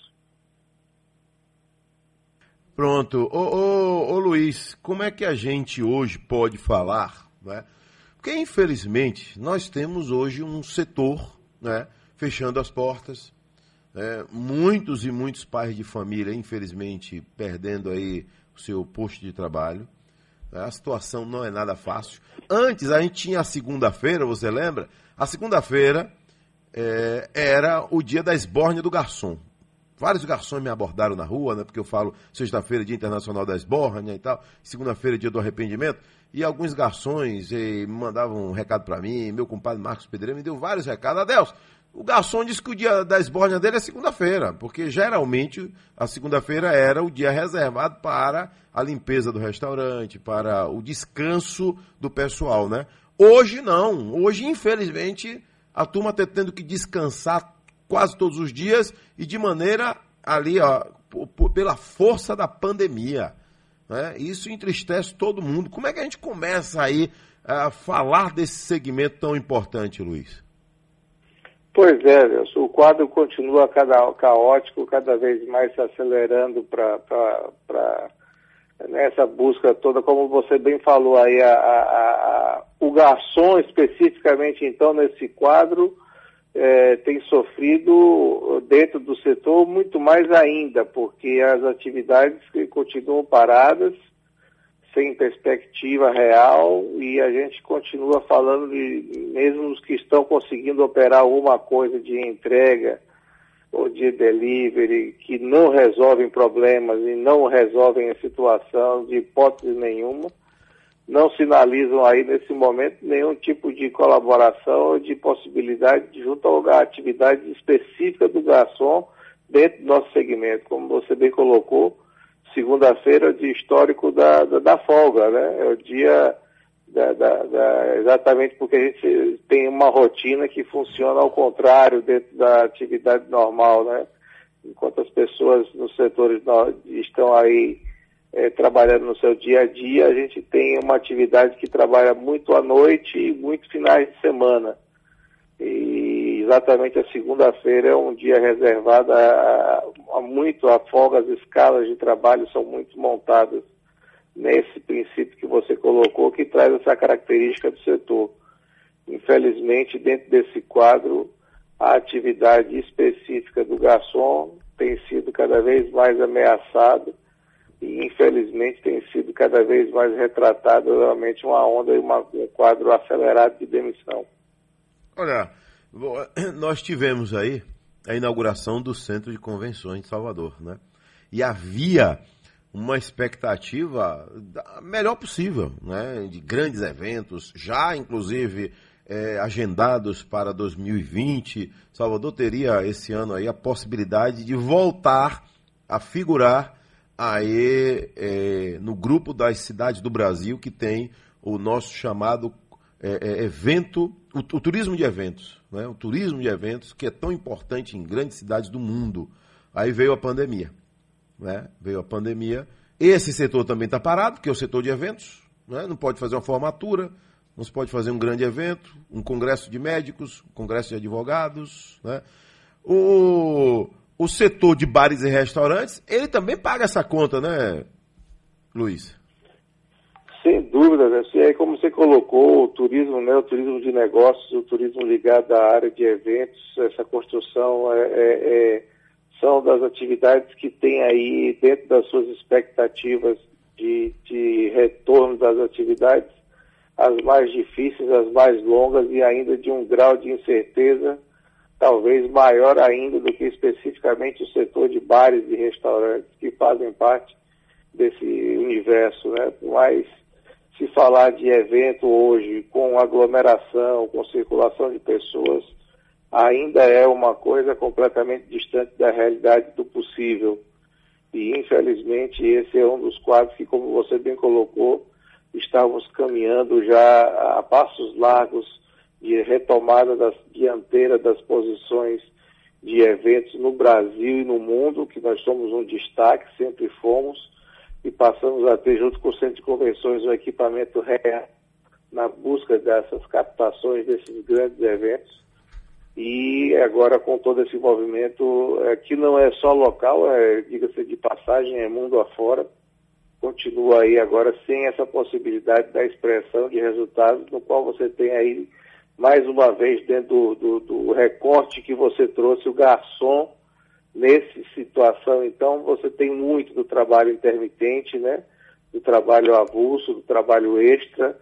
Pronto. Ô, ô, ô Luiz, como é que a gente hoje pode falar, né? Porque, infelizmente, nós temos hoje um setor, né, fechando as portas, né? Muitos e muitos pais de família, infelizmente, perdendo aí o seu posto de trabalho. Né? A situação não é nada fácil. Antes, a gente tinha a segunda-feira, você lembra? A segunda-feira é, era o dia da esbórnia do garçom. Vários garçons me abordaram na rua, né? Porque eu falo sexta-feira, Dia Internacional da Esbórnia e tal, segunda-feira, Dia do Arrependimento, e alguns garçons eh, me mandavam um recado para mim, meu compadre Marcos Pedreira me deu vários recados. Adeus, o garçom disse que o dia da esbórnia dele é segunda-feira, porque geralmente a segunda-feira era o dia reservado para a limpeza do restaurante, para o descanso do pessoal, né? Hoje não, hoje infelizmente a turma está tendo que descansar quase todos os dias e de maneira ali, ó, p- p- pela força da pandemia, né? Isso entristece todo mundo. Como é que a gente começa aí a falar desse segmento tão importante, Luiz? Pois é, Nelson, o quadro continua cada, caótico, cada vez mais se acelerando para nessa busca toda, como você bem falou aí, a, a, a, o garçom especificamente então nesse quadro É, tem sofrido dentro do setor muito mais ainda, porque as atividades continuam paradas, sem perspectiva real, e a gente continua falando de, mesmo os que estão conseguindo operar alguma coisa de entrega ou de delivery, que não resolvem problemas e não resolvem a situação de hipótese nenhuma, não sinalizam aí nesse momento nenhum tipo de colaboração ou de possibilidade de junto à atividade específica do garçom dentro do nosso segmento. Como você bem colocou, segunda-feira de histórico da, da, da folga, né? É o dia da, da, da, exatamente porque a gente tem uma rotina que funciona ao contrário dentro da atividade normal, né? Enquanto as pessoas nos setores estão aí É, trabalhando no seu dia a dia, a gente tem uma atividade que trabalha muito à noite e muito finais de semana. E exatamente a segunda-feira é um dia reservado a, a muito a folga, as escalas de trabalho são muito montadas nesse princípio que você colocou, que traz essa característica do setor. Infelizmente, dentro desse quadro, a atividade específica do garçom tem sido cada vez mais ameaçada e, infelizmente, tem sido cada vez mais retratado realmente uma onda e uma, um quadro acelerado de demissão. Olha, nós tivemos aí a inauguração do Centro de Convenções de Salvador, né? E havia uma expectativa da melhor possível, né? De grandes eventos, já inclusive é, agendados para dois mil e vinte. Salvador teria esse ano aí a possibilidade de voltar a figurar aí é, no grupo das cidades do Brasil que tem o nosso chamado é, é, evento, o, o turismo de eventos, né? O turismo de eventos que é tão importante em grandes cidades do mundo. Aí veio a pandemia. Né? Veio a pandemia, esse setor também está parado, que é o setor de eventos, né? Não pode fazer uma formatura, não se pode fazer um grande evento, um congresso de médicos, um congresso de advogados, né? O, o setor de bares e restaurantes, ele também paga essa conta, né, Luiz? Sem dúvida, né? E aí, como você colocou, o turismo, né, o turismo de negócios, o turismo ligado à área de eventos, essa construção é, é, é são das atividades que tem aí, dentro das suas expectativas de, de retorno das atividades, as mais difíceis, as mais longas e ainda de um grau de incerteza talvez maior ainda do que especificamente o setor de bares e restaurantes que fazem parte desse universo, né? Mas se falar de evento hoje com aglomeração, com circulação de pessoas, ainda é uma coisa completamente distante da realidade do possível. E, infelizmente, esse é um dos quadros que, como você bem colocou, estávamos caminhando já a passos largos de retomada das dianteiras das posições de eventos no Brasil e no mundo, que nós somos um destaque, sempre fomos, e passamos a ter, junto com o Centro de Convenções, um equipamento real na busca dessas captações desses grandes eventos. E agora com todo esse movimento, é, que não é só local, é, diga-se de passagem, é mundo afora, continua aí agora sem essa possibilidade da expressão de resultados, no qual você tem aí, mais uma vez, dentro do, do, do recorte que você trouxe, o garçom, nessa situação, então, você tem muito do trabalho intermitente, né, do trabalho avulso, do trabalho extra,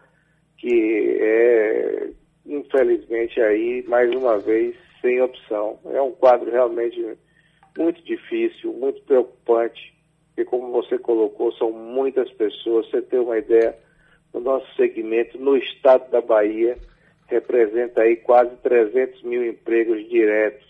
que é... infelizmente aí, mais uma vez, sem opção. É um quadro realmente muito difícil, muito preocupante, porque como você colocou, são muitas pessoas. Você tem uma ideia, o nosso segmento no estado da Bahia representa aí quase trezentos mil empregos diretos.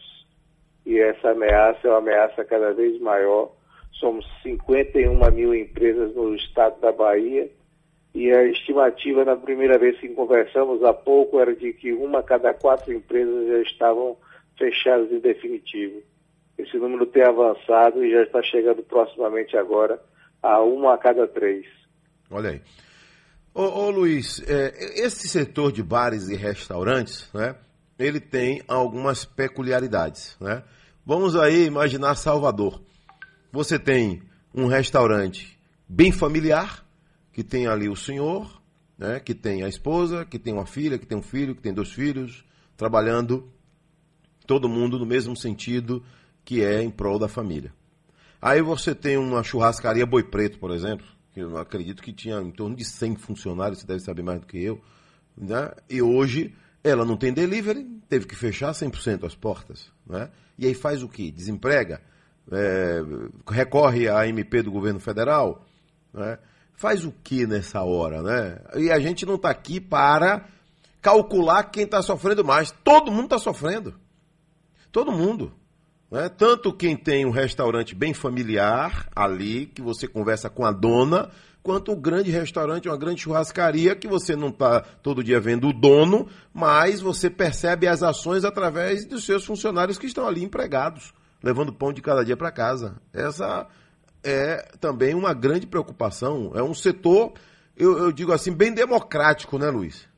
E essa ameaça é uma ameaça cada vez maior. Somos cinquenta e uma mil empresas no estado da Bahia, e a estimativa, na primeira vez que conversamos há pouco, era de que uma a cada quatro empresas já estavam fechadas em definitivo. Esse número tem avançado e já está chegando proximamente agora a uma a cada três. Olha aí. Ô, ô Luiz, é, esse setor de bares e restaurantes, né, ele tem algumas peculiaridades, né? Vamos aí imaginar Salvador. Você tem um restaurante bem familiar, que tem ali o senhor, né, que tem a esposa, que tem uma filha, que tem um filho, que tem dois filhos, trabalhando, todo mundo no mesmo sentido, que é em prol da família. Aí você tem uma churrascaria Boi Preto, por exemplo, que eu acredito que tinha em torno de cem funcionários, você deve saber mais do que eu, né? E hoje ela não tem delivery, teve que fechar cem por cento as portas, né? E aí faz o quê? Desemprega? É, recorre à M P do governo federal, né? Faz o que nessa hora, né? E a gente não está aqui para calcular quem está sofrendo mais. Todo mundo está sofrendo. Todo mundo. Né? Tanto quem tem um restaurante bem familiar ali, que você conversa com a dona, quanto um grande restaurante, uma grande churrascaria, que você não está todo dia vendo o dono, mas você percebe as ações através dos seus funcionários que estão ali empregados, levando pão de cada dia para casa. Essa é também uma grande preocupação. É um setor, eu, eu digo assim, bem democrático, né, Luiz?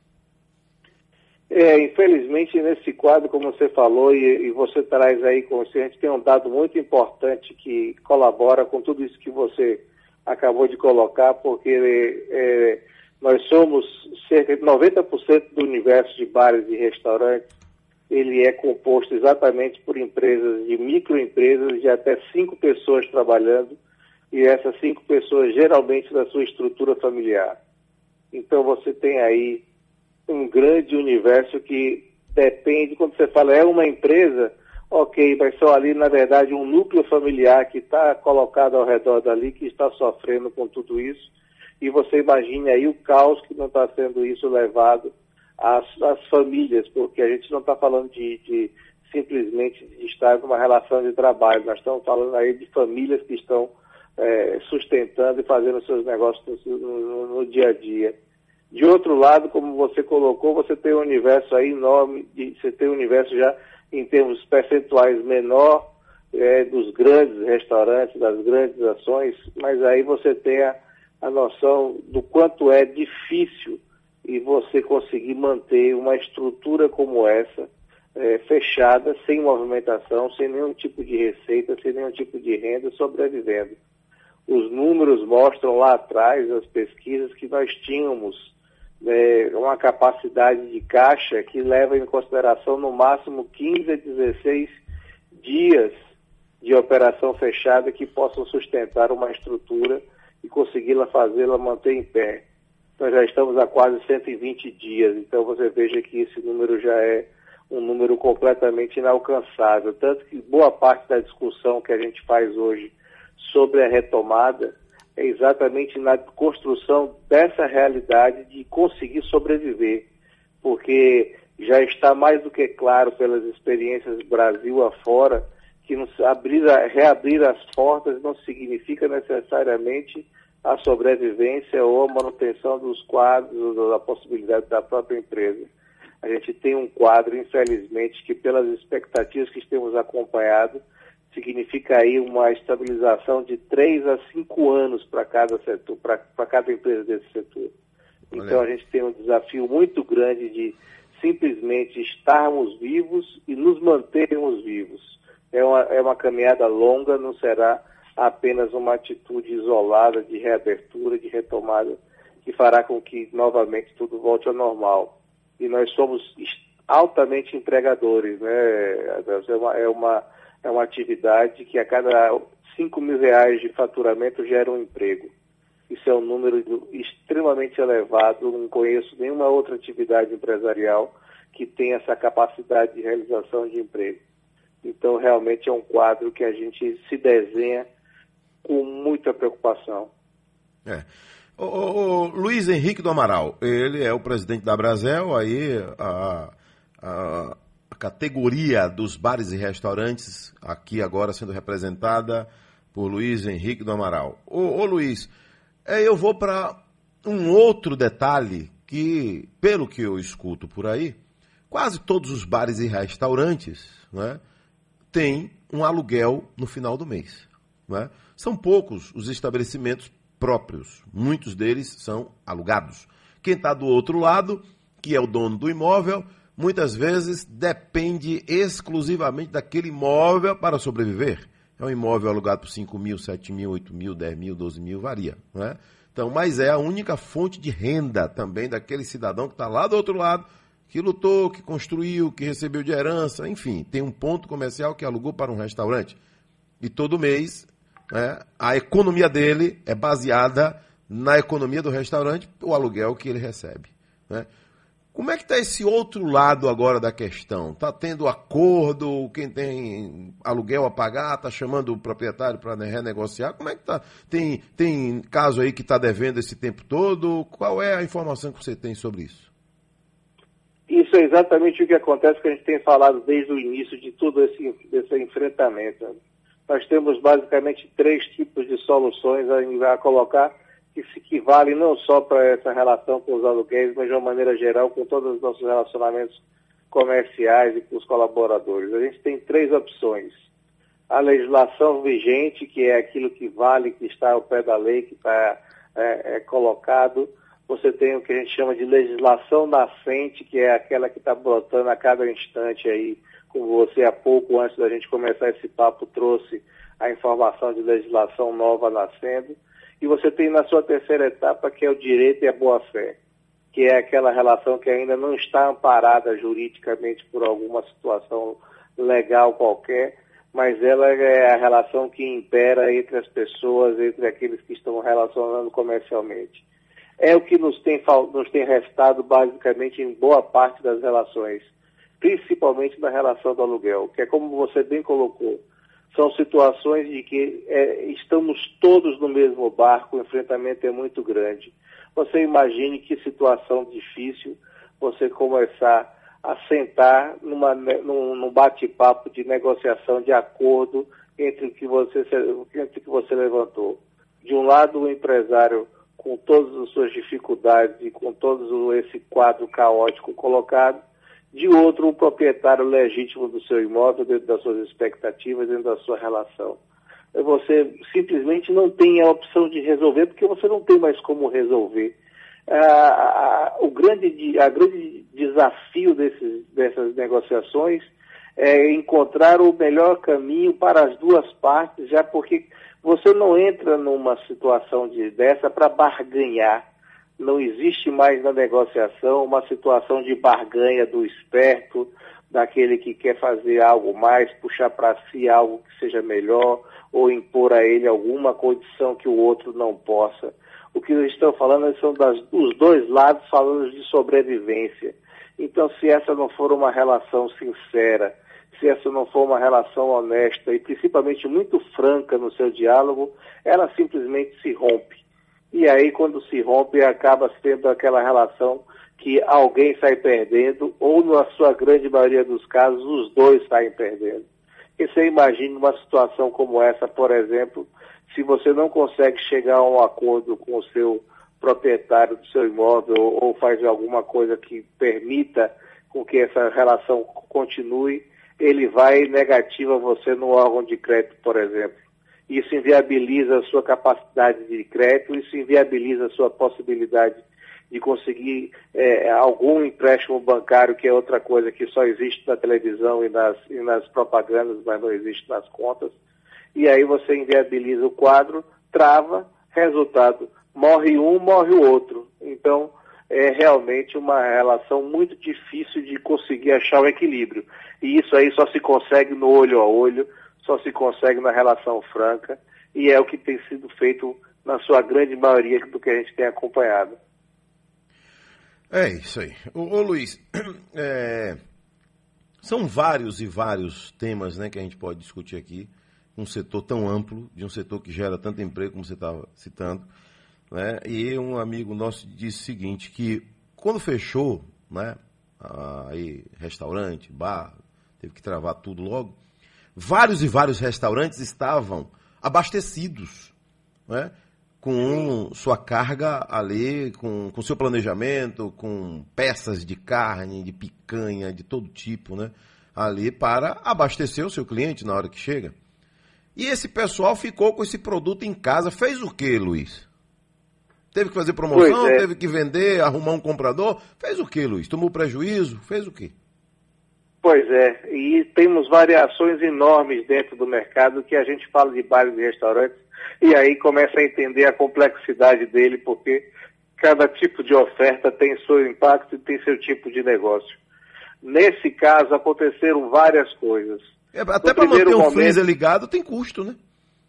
É, infelizmente, nesse quadro, como você falou, e, e você traz aí, com você, a gente tem um dado muito importante que colabora com tudo isso que você acabou de colocar, porque é, nós somos cerca de noventa por cento do universo de bares e restaurantes. Ele é composto exatamente por empresas de microempresas de até cinco pessoas trabalhando, e essas cinco pessoas geralmente da sua estrutura familiar. Então você tem aí um grande universo que depende, quando você fala é uma empresa, ok, mas são ali, na verdade, um núcleo familiar que está colocado ao redor dali, que está sofrendo com tudo isso, e você imagine aí o caos que não está sendo isso levado às, às famílias, porque a gente não está falando de, de simplesmente de estar numa relação de trabalho, nós estamos falando aí de famílias que estão é, sustentando e fazendo seus negócios no, no, no dia a dia. De outro lado, como você colocou, você tem um universo aí enorme, de, você tem um universo já em termos percentuais menor é, dos grandes restaurantes, das grandes ações, mas aí você tem a, a noção do quanto é difícil e você conseguir manter uma estrutura como essa, é, fechada, sem movimentação, sem nenhum tipo de receita, sem nenhum tipo de renda, sobrevivendo. Os números mostram lá atrás, as pesquisas, que nós tínhamos É, uma capacidade de caixa que leva em consideração no máximo quinze a dezesseis dias de operação fechada que possam sustentar uma estrutura e consegui-la fazê-la manter em pé. Nós já estamos há quase cento e vinte dias, então você veja que esse número já é um número completamente inalcançável, tanto que boa parte da discussão que a gente faz hoje sobre a retomada é exatamente na construção dessa realidade de conseguir sobreviver, porque já está mais do que claro pelas experiências do Brasil afora que nos abrir, reabrir as portas não significa necessariamente a sobrevivência ou a manutenção dos quadros ou da possibilidade da própria empresa. A gente tem um quadro, infelizmente, que pelas expectativas que temos acompanhado, significa aí uma estabilização de três a cinco anos para cada setor, para cada empresa desse setor. Olha. Então a gente tem um desafio muito grande de simplesmente estarmos vivos e nos mantermos vivos. É uma, é uma caminhada longa, não será apenas uma atitude isolada de reabertura, de retomada, que fará com que novamente tudo volte ao normal. E nós somos altamente empregadores, né? É uma, é uma É uma atividade que a cada cinco mil reais de faturamento gera um emprego. Isso é um número extremamente elevado. Não conheço nenhuma outra atividade empresarial que tenha essa capacidade de realização de emprego. Então, realmente é um quadro que a gente se desenha com muita preocupação. É. O, o, o Luiz Henrique do Amaral, ele é o presidente da Brasel, aí a... a... a categoria dos bares e restaurantes, aqui agora sendo representada por Luiz Henrique do Amaral. Ô, ô Luiz, é, eu vou para um outro detalhe que, pelo que eu escuto por aí, quase todos os bares e restaurantes, né, têm um aluguel no final do mês. Né? São poucos os estabelecimentos próprios, muitos deles são alugados. Quem está do outro lado, que é o dono do imóvel, muitas vezes depende exclusivamente daquele imóvel para sobreviver. É um imóvel alugado por cinco mil, sete mil, oito mil, dez mil, doze mil, varia. Não é? Então, mas é a única fonte de renda também daquele cidadão que está lá do outro lado, que lutou, que construiu, que recebeu de herança, enfim, tem um ponto comercial que alugou para um restaurante. E todo mês, né, a economia dele é baseada na economia do restaurante, o aluguel que ele recebe. Né? Como é que está esse outro lado agora da questão? Está tendo acordo, quem tem aluguel a pagar, está chamando o proprietário para renegociar? Como é que está? Tem, tem caso aí que está devendo esse tempo todo? Qual é a informação que você tem sobre isso? Isso é exatamente o que acontece, que a gente tem falado desde o início de todo esse, esse enfrentamento. Nós temos basicamente três tipos de soluções a, a colocar, que se equivale não só para essa relação com os aluguéis, mas de uma maneira geral com todos os nossos relacionamentos comerciais e com os colaboradores. A gente tem três opções. A legislação vigente, que é aquilo que vale, que está ao pé da lei, que está é, é, colocado. Você tem o que a gente chama de legislação nascente, que é aquela que está brotando a cada instante aí, como você há pouco, antes da gente começar esse papo, trouxe a informação de legislação nova nascendo. E você tem na sua terceira etapa, que é o direito e a boa-fé, que é aquela relação que ainda não está amparada juridicamente por alguma situação legal qualquer, mas ela é a relação que impera entre as pessoas, entre aqueles que estão relacionando comercialmente. É o que nos tem, nos tem restado basicamente em boa parte das relações. principalmente na relação do aluguel, que é como você bem colocou, são situações de que é, estamos todos no mesmo barco, o enfrentamento é muito grande. Você imagine que situação difícil você começar a sentar numa, num, num bate-papo de negociação de acordo entre o que você, entre o que você levantou. De um lado, o empresário com todas as suas dificuldades e com todo esse quadro caótico colocado, de outro, o proprietário legítimo do seu imóvel, dentro das suas expectativas, dentro da sua relação. Você simplesmente não tem a opção de resolver, porque você não tem mais como resolver. Ah, o grande, a grande desafio desses, dessas negociações é encontrar o melhor caminho para as duas partes, já porque você não entra numa situação de, dessa para barganhar. Não existe mais na negociação uma situação de barganha do esperto, daquele que quer fazer algo mais, puxar para si algo que seja melhor, ou impor a ele alguma condição que o outro não possa. O que eles estão falando são das, dos dois lados falando de sobrevivência. Então, se essa não for uma relação sincera, se essa não for uma relação honesta e principalmente muito franca no seu diálogo, ela simplesmente se rompe. E aí, quando se rompe, acaba sendo aquela relação que alguém sai perdendo, ou na sua grande maioria dos casos, os dois saem perdendo. E você imagina uma situação como essa, por exemplo, se você não consegue chegar a um acordo com o seu proprietário do seu imóvel ou, ou faz alguma coisa que permita com que essa relação continue, ele vai negativa você no órgão de crédito, por exemplo. Isso inviabiliza a sua capacidade de crédito, isso inviabiliza a sua possibilidade de conseguir é, algum empréstimo bancário, que é outra coisa que só existe na televisão e nas, e nas propagandas, mas não existe nas contas. E aí você inviabiliza o quadro, trava, resultado, morre um, morre o outro. Então, é realmente uma relação muito difícil de conseguir achar o equilíbrio. E isso aí só se consegue no olho a olho, só se consegue na relação franca, e é o que tem sido feito na sua grande maioria do que a gente tem acompanhado. É isso aí. Ô, ô Luiz, é, são vários e vários temas, né, que a gente pode discutir aqui, um setor tão amplo, de um setor que gera tanto emprego como você estava citando, né? E um amigo nosso disse o seguinte, que quando fechou, né, aí restaurante, bar, teve que travar tudo logo, vários e vários restaurantes estavam abastecidos, né, com sua carga ali, com, com seu planejamento, com peças de carne, de picanha, de todo tipo, né, ali para abastecer o seu cliente na hora que chega. E esse pessoal ficou com esse produto em casa. Fez o quê, Luiz? Teve que fazer promoção, é. teve que vender, arrumar um comprador? Fez o quê, Luiz? Tomou prejuízo? Fez o quê? Pois é, e temos variações enormes dentro do mercado que a gente fala de bares e restaurantes e aí começa a entender a complexidade dele, porque cada tipo de oferta tem seu impacto e tem seu tipo de negócio. Nesse caso, aconteceram várias coisas. É, até para manter um momento, freezer ligado tem custo, né?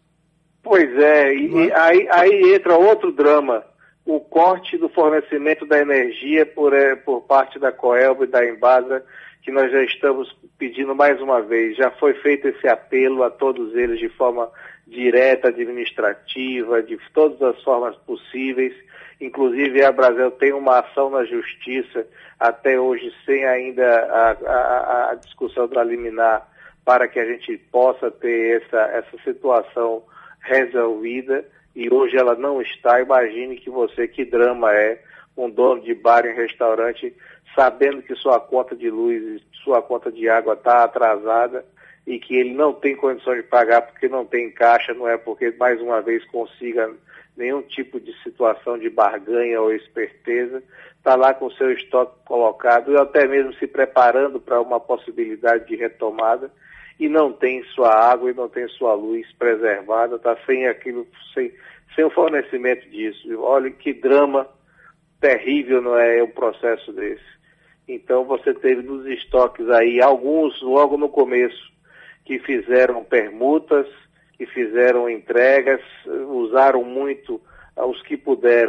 Pois é, e, é? Aí, aí entra outro drama, o corte do fornecimento da energia por, é, por parte da Coelba e da Embasa, que nós já estamos pedindo mais uma vez. Já foi feito esse apelo a todos eles de forma direta, administrativa, de todas as formas possíveis. Inclusive a Brasil tem uma ação na justiça, até hoje sem ainda a, a, a discussão da liminar, para que a gente possa ter essa, essa situação resolvida, e hoje ela não está. Imagine que você, que drama é um dono de bar e restaurante, sabendo que sua conta de luz e sua conta de água está atrasada e que ele não tem condição de pagar porque não tem caixa, não é porque, mais uma vez, consiga nenhum tipo de situação de barganha ou esperteza, está lá com o seu estoque colocado e até mesmo se preparando para uma possibilidade de retomada e não tem sua água e não tem sua luz preservada, está sem aquilo, sem, sem o fornecimento disso. Olha que drama terrível, não é, um processo desse. Então você teve nos estoques aí, alguns logo no começo, que fizeram permutas, que fizeram entregas, usaram muito os que puderam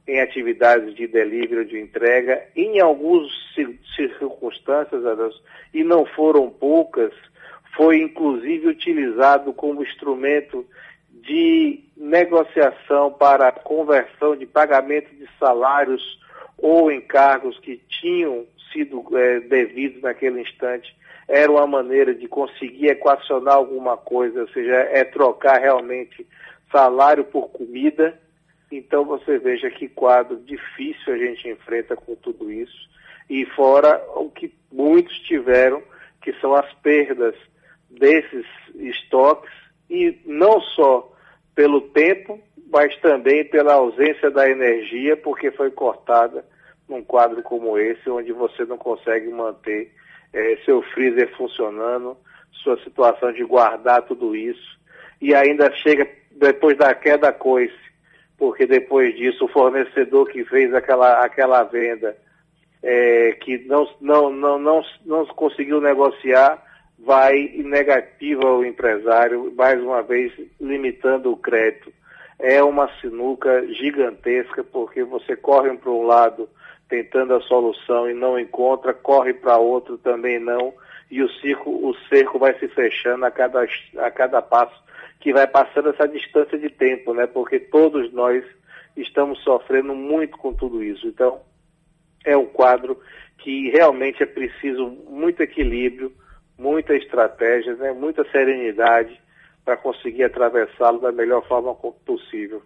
em atividades de delivery ou de entrega. Em algumas circunstâncias, e não foram poucas, foi inclusive utilizado como instrumento de negociação para a conversão de pagamento de salários ou encargos que tinham sido é, devidos naquele instante. Era uma maneira de conseguir equacionar alguma coisa, ou seja, é trocar realmente salário por comida. Então você veja que quadro difícil a gente enfrenta com tudo isso. E fora o que muitos tiveram, que são as perdas desses estoques, e não só pelo tempo, mas também pela ausência da energia, porque foi cortada num quadro como esse, onde você não consegue manter eh, seu freezer funcionando, sua situação de guardar tudo isso, e ainda chega depois da queda coice, porque depois disso o fornecedor que fez aquela, aquela venda, eh, que não, não, não, não, não conseguiu negociar, vai em negativa ao empresário, mais uma vez limitando o crédito. É uma sinuca gigantesca, porque você corre para um lado tentando a solução e não encontra, corre para outro também não, e o cerco, o cerco vai se fechando a cada, a cada passo, que vai passando essa distância de tempo, né? Porque todos nós estamos sofrendo muito com tudo isso. Então, é um quadro que realmente é preciso muito equilíbrio, muita estratégia, né, muita serenidade para conseguir atravessá-lo da melhor forma possível.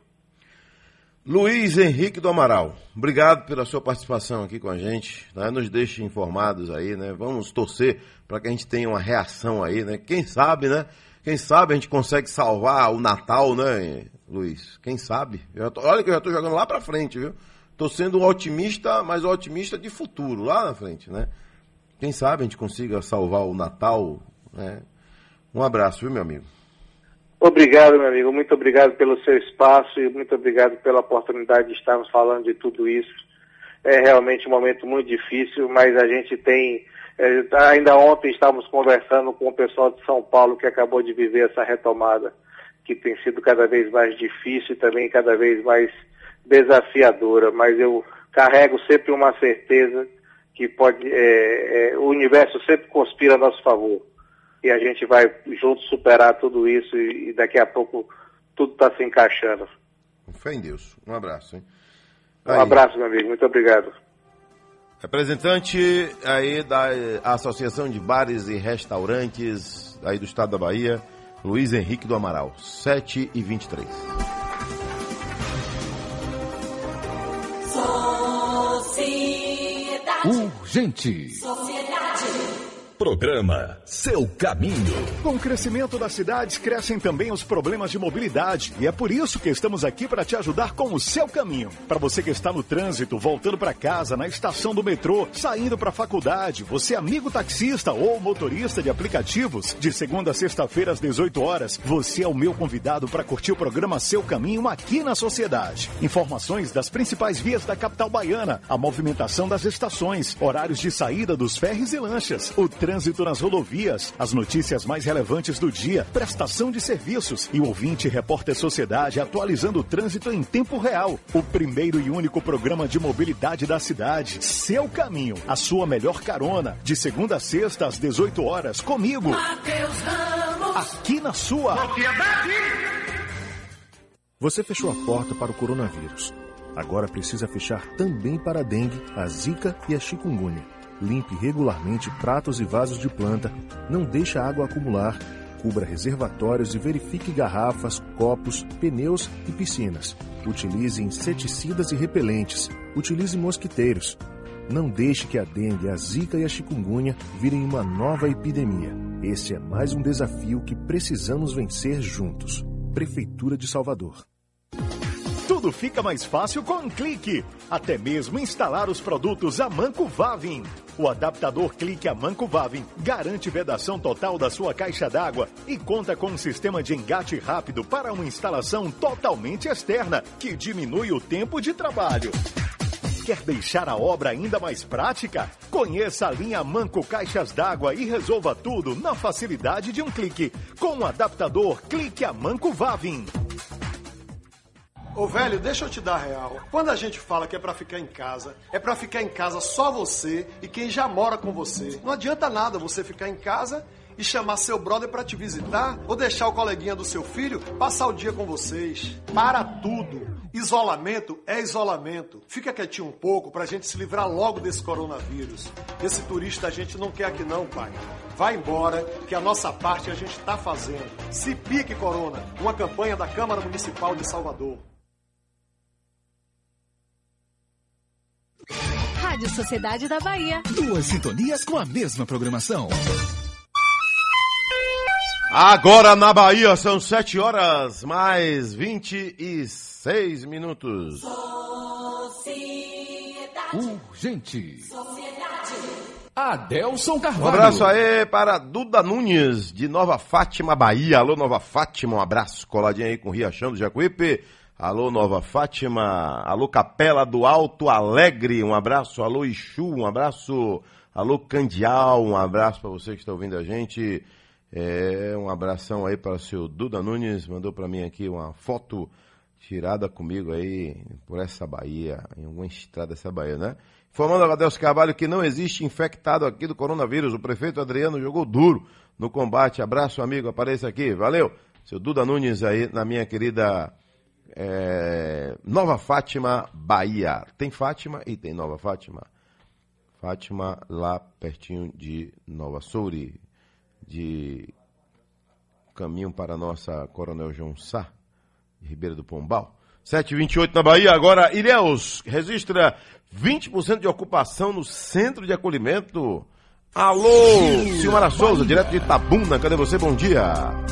Luiz Henrique do Amaral, obrigado pela sua participação aqui com a gente, né? Nos deixe informados aí, né? Vamos torcer para que a gente tenha uma reação aí, né? Quem sabe, né? Quem sabe a gente consegue salvar o Natal, né, Luiz? Quem sabe? Eu tô, olha que eu já estou jogando lá para frente, viu? Estou sendo um otimista, mas um otimista de futuro, lá na frente, né? Quem sabe a gente consiga salvar o Natal, né? Um abraço, viu, meu amigo? Obrigado, meu amigo. Muito obrigado pelo seu espaço e muito obrigado pela oportunidade de estarmos falando de tudo isso. É realmente um momento muito difícil, mas a gente tem... É, ainda ontem estávamos conversando com o pessoal de São Paulo que acabou de viver essa retomada, que tem sido cada vez mais difícil e também cada vez mais desafiadora. Mas eu carrego sempre uma certeza que pode, é, é, o universo sempre conspira a nosso favor. E a gente vai juntos superar tudo isso e, e daqui a pouco tudo está se encaixando. Fé em Deus. Um abraço, hein? Um abraço, meu amigo. Muito obrigado. Representante aí da Associação de Bares e Restaurantes aí do estado da Bahia, Luiz Henrique do Amaral, sete e vinte e três. Urgente. Sociedade. Programa Seu Caminho. Com o crescimento das cidades, crescem também os problemas de mobilidade. E é por isso que estamos aqui para te ajudar com o Seu Caminho. Para você que está no trânsito, voltando para casa, na estação do metrô, saindo para a faculdade, você amigo taxista ou motorista de aplicativos, de segunda a sexta-feira às dezoito horas, você é o meu convidado para curtir o programa Seu Caminho aqui na Sociedade. Informações das principais vias da capital baiana, a movimentação das estações, horários de saída dos ferries e lanchas, o trânsito nas rodovias, as notícias mais relevantes do dia, prestação de serviços e o ouvinte Repórter Sociedade atualizando o trânsito em tempo real. O primeiro e único programa de mobilidade da cidade. Seu Caminho, a sua melhor carona. De segunda a sexta às dezoito horas, comigo. Matheus Ramos. Aqui na sua Sociedade. Você fechou a porta para o coronavírus. Agora precisa fechar também para a dengue, a zika e a chikungunya. Limpe regularmente pratos e vasos de planta, não deixe a água acumular, cubra reservatórios e verifique garrafas, copos, pneus e piscinas. Utilize inseticidas e repelentes. Utilize mosquiteiros. Não deixe que a dengue, a zika e a chikungunya virem uma nova epidemia. Esse é mais um desafio que precisamos vencer juntos. Prefeitura de Salvador. Tudo fica mais fácil com um clique. Até mesmo instalar os produtos Amanco Vavin. O adaptador Clique Amanco Vavin garante vedação total da sua caixa d'água e conta com um sistema de engate rápido para uma instalação totalmente externa, que diminui o tempo de trabalho. Quer deixar a obra ainda mais prática? Conheça a linha Amanco Caixas d'Água e resolva tudo na facilidade de um clique. Com o adaptador Clique Amanco Vavin. Ô velho, deixa eu te dar real. Quando a gente fala que é pra ficar em casa, é pra ficar em casa só você e quem já mora com você. Não adianta nada você ficar em casa e chamar seu brother pra te visitar ou deixar o coleguinha do seu filho passar o dia com vocês. Para tudo. Isolamento é isolamento. Fica quietinho um pouco pra gente se livrar logo desse coronavírus. Esse turista a gente não quer aqui não, pai. Vai embora, que a nossa parte a gente tá fazendo. Se pique, Corona. Uma campanha da Câmara Municipal de Salvador. Rádio Sociedade da Bahia. Duas sintonias com a mesma programação. Agora na Bahia são sete horas mais vinte e seis minutos. Urgente. Adelson Carvalho. Um abraço aí para Duda Nunes, de Nova Fátima, Bahia. Alô, Nova Fátima, um abraço coladinho aí com o Riachão do Jacuípe. Alô, Nova Fátima. Alô, Capela do Alto Alegre, um abraço. Alô, Ixu, um abraço. Alô, Candial, um abraço para você que está ouvindo a gente. É, um abração aí para o seu Duda Nunes, mandou para mim aqui uma foto tirada comigo aí por essa Bahia, em alguma estrada dessa Bahia, né? Informando a Adelson Carvalho que não existe infectado aqui do coronavírus. O prefeito Adriano jogou duro no combate. Abraço, amigo, apareça aqui, valeu. Seu Duda Nunes aí na minha querida é, Nova Fátima, Bahia. Tem Fátima e tem Nova Fátima. Fátima lá pertinho de Nova Soure. De caminho para a nossa Coronel João Sá, de Ribeira do Pombal. sete e vinte e oito na Bahia. Agora, Ilhéus registra vinte por cento de ocupação no centro de acolhimento. Alô, Silmara Souza, direto de Itabuna. Cadê você? Bom dia.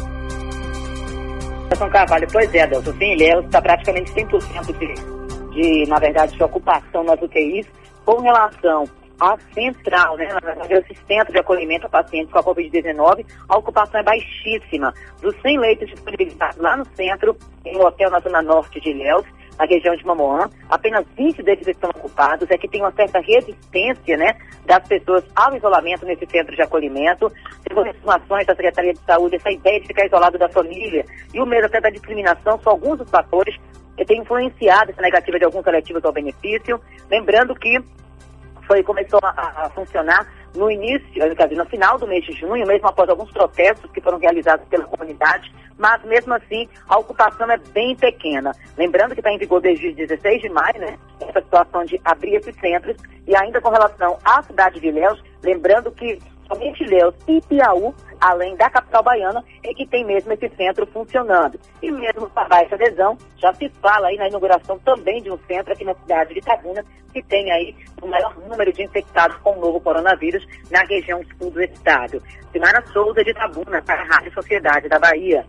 São Carvalho, pois é, Adelson. Sim, Ilhéus está praticamente cem por cento de, de, na verdade, de ocupação nas U T Is com relação a central, né, na verdade, esse centro de acolhimento a pacientes com a covid dezenove, a ocupação é baixíssima. Dos cem leitos disponibilizados lá no centro, em um hotel na zona norte de Ilhéus, na região de Mamoã, apenas vinte deles estão ocupados. É que tem uma certa resistência, né, das pessoas ao isolamento nesse centro de acolhimento. Segundo informações da Secretaria de Saúde, essa ideia de ficar isolado da família e o medo até da discriminação são alguns dos fatores que têm influenciado essa negativa de alguns seletivos ao benefício. Lembrando que Foi, começou a, a funcionar no início, quer dizer, no final do mês de junho, mesmo após alguns protestos que foram realizados pela comunidade, mas mesmo assim a ocupação é bem pequena. Lembrando que está em vigor desde dezesseis de maio, né, essa situação de abrir esses centros, e ainda com relação à cidade de Ilhéus, lembrando que somente Ilhéus e Piauí, além da capital baiana, é que tem mesmo esse centro funcionando. E mesmo para baixa adesão, já se fala aí na inauguração também de um centro aqui na cidade de Itabuna, que tem aí o maior número de infectados com o novo coronavírus na região sul do estado. Silmara Souza de Itabuna, para a Rádio Sociedade da Bahia.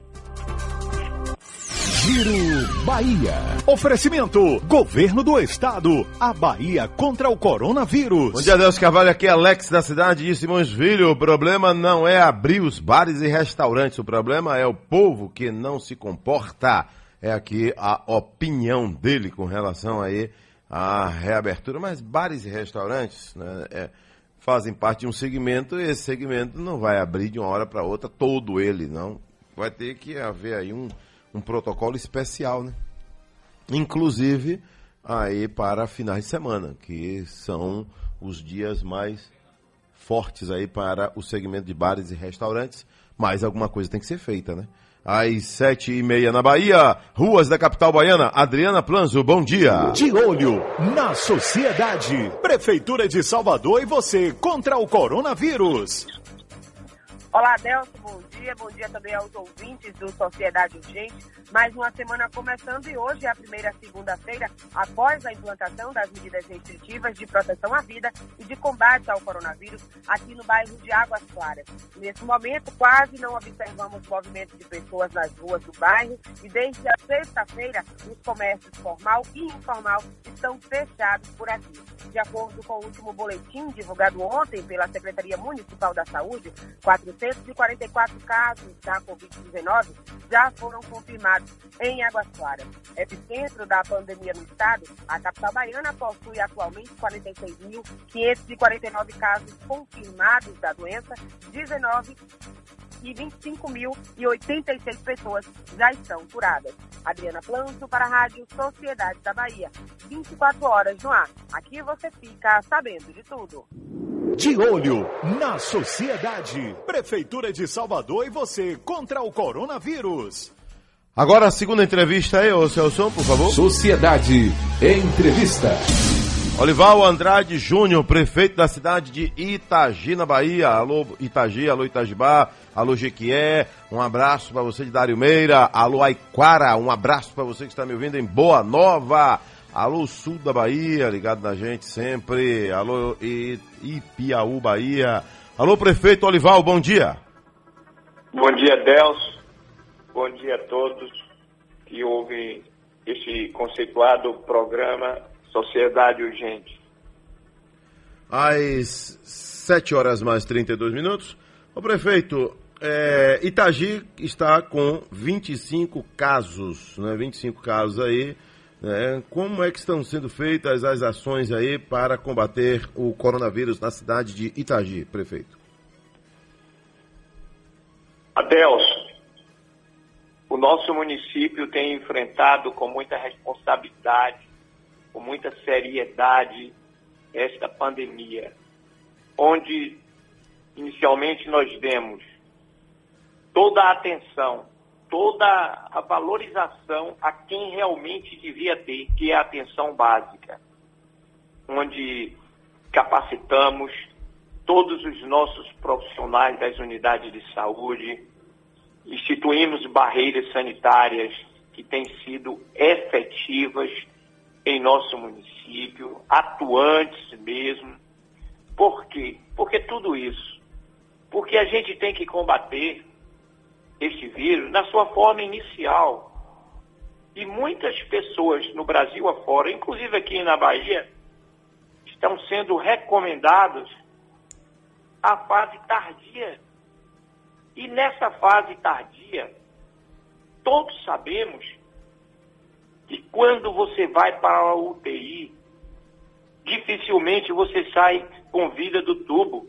Giro Bahia. Oferecimento: Governo do Estado. A Bahia contra o coronavírus. Bom dia, Adelson Carvalho. Aqui é Alex da cidade de Simões Filho. O problema não é abrir os bares e restaurantes. O problema é o povo que não se comporta. É aqui a opinião dele com relação aí à reabertura. Mas bares e restaurantes, né, é, fazem parte de um segmento, e esse segmento não vai abrir de uma hora para outra todo ele, não. Vai ter que haver aí um um protocolo especial, né? Inclusive aí para finais de semana, que são os dias mais fortes aí para o segmento de bares e restaurantes, mas alguma coisa tem que ser feita, né? Às sete e meia na Bahia, ruas da capital baiana, Adriana Planzo, bom dia. De olho na sociedade. Prefeitura de Salvador e você contra o coronavírus. Olá, Adelson, bom dia. Bom dia também aos ouvintes do Sociedade Urgente. Mais uma semana começando e hoje é a primeira segunda-feira após a implantação das medidas restritivas de proteção à vida e de combate ao coronavírus aqui no bairro de Águas Claras. Nesse momento, quase não observamos movimento de pessoas nas ruas do bairro e desde a sexta-feira, os comércios formal e informal estão fechados por aqui. De acordo com o último boletim divulgado ontem pela Secretaria Municipal da Saúde, quatrocentos e quarenta e quatro casos da covid dezenove já foram confirmados em Águas Claras. Epicentro da pandemia no estado, a capital baiana possui atualmente quarenta e seis mil quinhentos e quarenta e nove casos confirmados da doença, dezenove e vinte e cinco mil e oitenta e seis pessoas já estão curadas. Adriana Planso para a Rádio Sociedade da Bahia. vinte e quatro horas no ar. Aqui você fica sabendo de tudo. De olho na sociedade. Prefeitura de Salvador e você contra o coronavírus. Agora a segunda entrevista aí, ô Celson, por favor. Sociedade Entrevista. Olival Andrade Júnior, prefeito da cidade de Itagi, na Bahia. Alô Itagi, alô Itajibá, alô Jequié, um abraço para você de Dário Meira. Alô Aiquara, um abraço para você que está me ouvindo em Boa Nova. Alô sul da Bahia, ligado na gente sempre. Alô Ipiaú, Bahia. Alô prefeito Olival, bom dia. Bom dia, Delcio. Bom dia a todos que ouvem este conceituado programa Sociedade Urgente. Às sete horas mais trinta e dois minutos. O prefeito, é, Itagi está com vinte e cinco casos, né? vinte e cinco casos aí. Né? Como é que estão sendo feitas as ações aí para combater o coronavírus na cidade de Itagi, prefeito? Adelso, o nosso município tem enfrentado com muita responsabilidade, com muita seriedade, esta pandemia, onde inicialmente nós demos toda a atenção, toda a valorização a quem realmente devia ter, que é a atenção básica, onde capacitamos todos os nossos profissionais das unidades de saúde, instituímos barreiras sanitárias que têm sido efetivas em nosso município, atuantes mesmo. Por quê? Porque tudo isso. Porque a gente tem que combater este vírus na sua forma inicial. E muitas pessoas no Brasil afora, inclusive aqui na Bahia, estão sendo recomendados a fase tardia. E nessa fase tardia, todos sabemos que quando você vai para a U T I, dificilmente você sai com vida do tubo.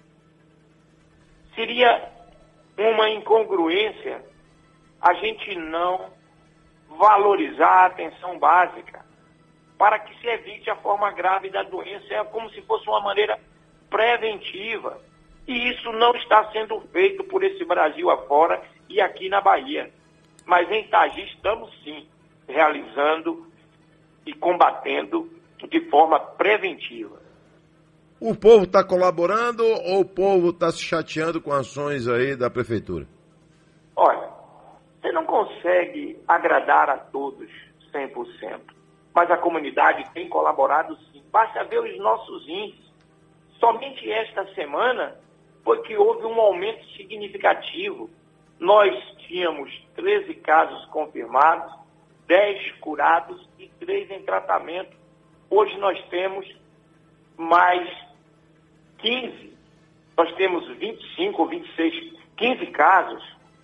Seria uma incongruência a gente não valorizar a atenção básica para que se evite a forma grave da doença. É como se fosse uma maneira preventiva. E isso não está sendo feito por esse Brasil afora e aqui na Bahia. Mas em Itagi estamos sim realizando e combatendo de forma preventiva. O povo está colaborando ou o povo está se chateando com ações aí da prefeitura? Olha, você não consegue agradar a todos cem por cento, mas a comunidade tem colaborado sim. Basta ver os nossos índices. Somente esta semana foi que houve um aumento significativo. Nós tínhamos treze casos confirmados, dez curados e três em tratamento. Hoje nós temos mais quinze. Nós temos vinte e cinco, vinte e seis, quinze casos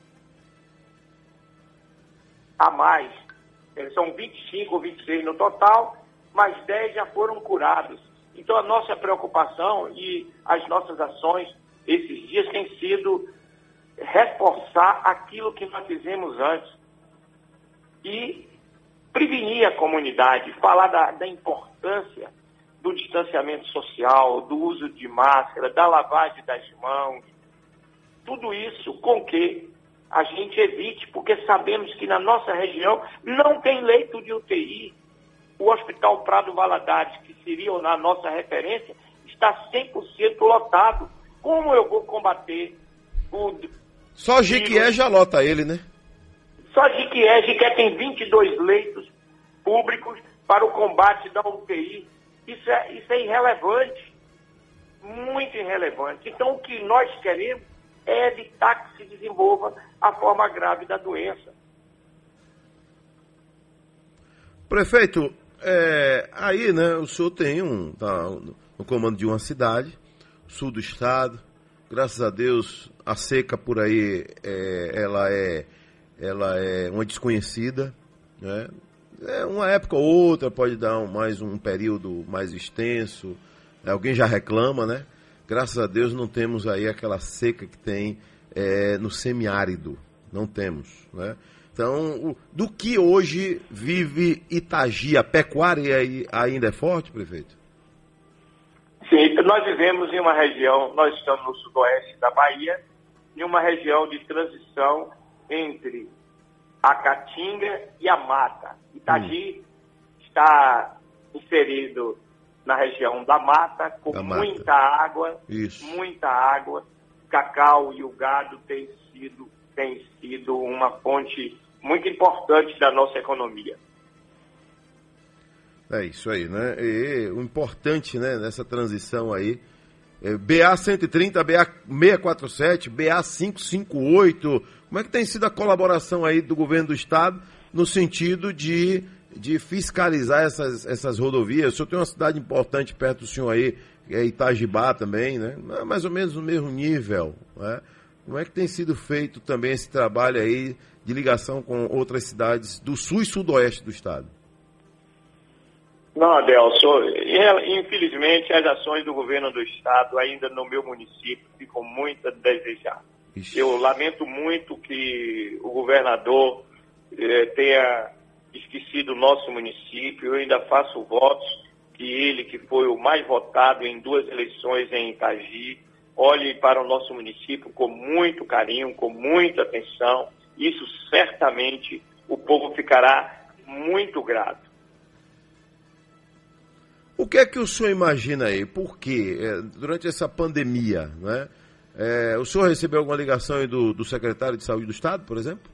a mais. São vinte e cinco ou vinte e seis no total, mas dez já foram curados. Então a nossa preocupação e as nossas ações esses dias têm sido reforçar aquilo que nós fizemos antes e prevenir a comunidade, falar da, da importância do distanciamento social, do uso de máscara, da lavagem das mãos, tudo isso com que a gente evite, porque sabemos que na nossa região não tem leito de U T I. O Hospital Prado Valadares, que seria na nossa referência, está cem por cento lotado. Como eu vou combater o... Só Jequié já lota ele, né? Só Jequié, Jequié tem vinte e dois leitos públicos para o combate da U T I. Isso é, isso é irrelevante, muito irrelevante. Então, o que nós queremos é evitar que se desenvolva a forma grave da doença. Prefeito, é, aí, né, o senhor tem um, tá, no comando de uma cidade, sul do estado, graças a Deus, a seca por aí, é, ela, é, ela é uma desconhecida, né? É uma época ou outra, pode dar um, mais um período mais extenso, alguém já reclama, né? Graças a Deus não temos aí aquela seca que tem é, no semiárido. Não temos, né? Então, o, do que hoje vive Itagi? A pecuária ainda é forte, prefeito? Sim, nós vivemos em uma região, nós estamos no sudoeste da Bahia, em uma região de transição entre a Caatinga e a mata. Itagi hum. está inserido na região da mata, com da muita mata. água, Isso. muita água. Cacau e o gado têm sido, têm sido uma fonte muito importante da nossa economia. É isso aí, né? E o importante, né, nessa transição aí, é B A cento e trinta, B A seiscentos e quarenta e sete, B A quinhentos e cinquenta e oito, como é que tem sido a colaboração aí do governo do estado no sentido de, de fiscalizar essas, essas rodovias? O senhor tem uma cidade importante perto do senhor aí, é Itajibá também, né? Mais ou menos no mesmo nível, né? Como é que tem sido feito também esse trabalho aí de ligação com outras cidades do sul e sudoeste do estado? Não, Adelson, infelizmente as ações do governo do estado ainda no meu município ficam muito a desejar. Ixi. Eu lamento muito que o governador eh, tenha esquecido o nosso município. Eu ainda faço votos que ele, que foi o mais votado em duas eleições em Itagi, olhe para o nosso município com muito carinho, com muita atenção. Isso certamente o povo ficará muito grato. O que é que o senhor imagina aí? Por quê? É, durante essa pandemia, né? É, o senhor recebeu alguma ligação aí do, do secretário de Saúde do Estado, por exemplo?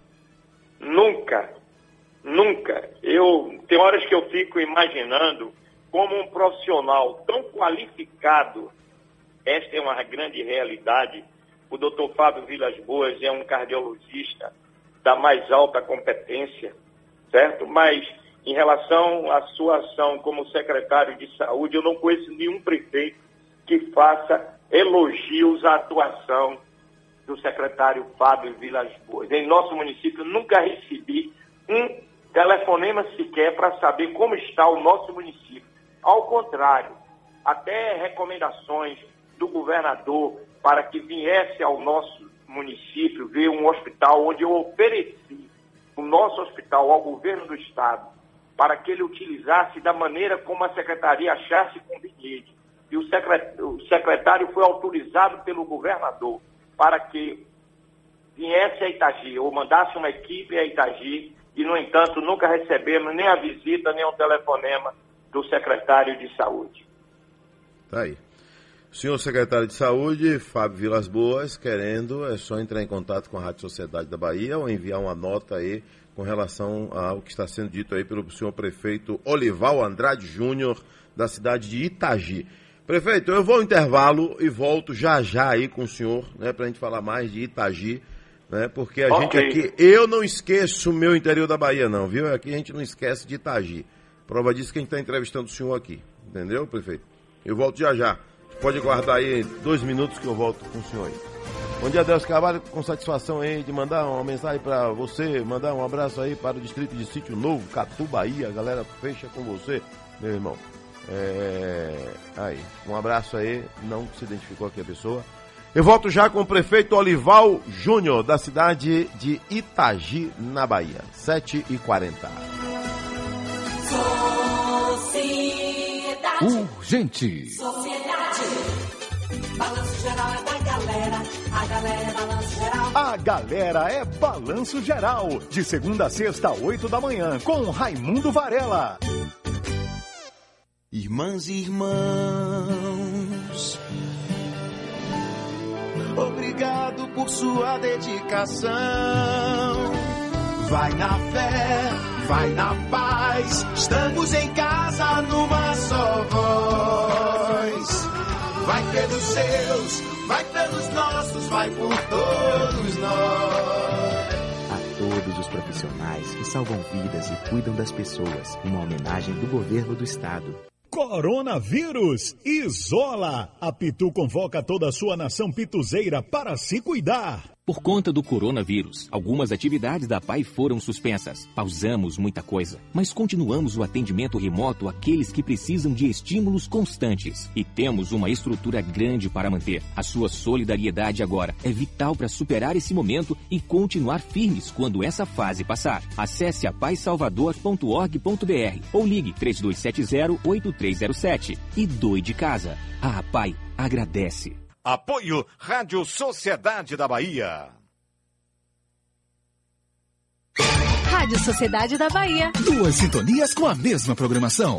Nunca, nunca. Eu, tem horas que eu fico imaginando como um profissional tão qualificado, esta é uma grande realidade. O doutor Fábio Vilas Boas é um cardiologista da mais alta competência, certo? Mas em relação à sua ação como secretário de saúde, eu não conheço nenhum prefeito que faça elogios à atuação do secretário Fábio Vilas Boas. Em nosso município, nunca recebi um telefonema sequer para saber como está o nosso município. Ao contrário, até recomendações do governador para que viesse ao nosso município ver um hospital onde eu ofereci o nosso hospital ao governo do estado, para que ele utilizasse da maneira como a secretaria achasse conveniente. E o secretário, o secretário foi autorizado pelo governador para que viesse a Itagi, ou mandasse uma equipe a Itagi, e, no entanto, nunca recebemos nem a visita, nem o telefonema do secretário de saúde. Tá aí. O senhor secretário de Saúde, Fábio Vilas Boas, querendo, é só entrar em contato com a Rádio Sociedade da Bahia ou enviar uma nota aí com relação ao que está sendo dito aí pelo senhor prefeito Olival Andrade Júnior, da cidade de Itagi. Prefeito, eu vou ao intervalo e volto já já aí com o senhor, né, para a gente falar mais de Itagi, né, porque a okay. gente aqui, eu não esqueço o meu interior da Bahia não, viu? Aqui a gente não esquece de Itagi. Prova disso que a gente está entrevistando o senhor aqui, entendeu, prefeito? Eu volto já já. Pode guardar aí dois minutos que eu volto com o senhor aí. Bom dia, Adelson Carvalho, com satisfação aí de mandar uma mensagem para você, mandar um abraço aí para o distrito de Sítio Novo, Catu, Bahia. A galera fecha com você, meu irmão. É... Aí, um abraço aí, não se identificou aqui a pessoa. Eu volto já com o prefeito Olival Júnior, da cidade de Itagi, na Bahia. sete e quarenta. Urgente. Balanço geral é da galera, a galera é balanço geral. A galera é Balanço Geral, de segunda a sexta, oito da manhã, com Raimundo Varela. Irmãs e irmãos, obrigado por sua dedicação. Vai na fé, vai na paz, estamos em casa numa só voz. Vai pelos seus, vai pelos nossos, vai por todos nós. A todos os profissionais que salvam vidas e cuidam das pessoas, uma homenagem do governo do estado. Coronavírus, isola! A Pitu convoca toda a sua nação pituzeira para se cuidar. Por conta do coronavírus, algumas atividades da A P A I foram suspensas. Pausamos muita coisa, mas continuamos o atendimento remoto àqueles que precisam de estímulos constantes. E temos uma estrutura grande para manter. A sua solidariedade agora é vital para superar esse momento e continuar firmes quando essa fase passar. Acesse a pai salvador ponto org ponto b r ou ligue três dois sete zero, oito três zero sete e doe de casa. A A P A I agradece. Apoio Rádio Sociedade da Bahia. Rádio Sociedade da Bahia. Duas sintonias com a mesma programação.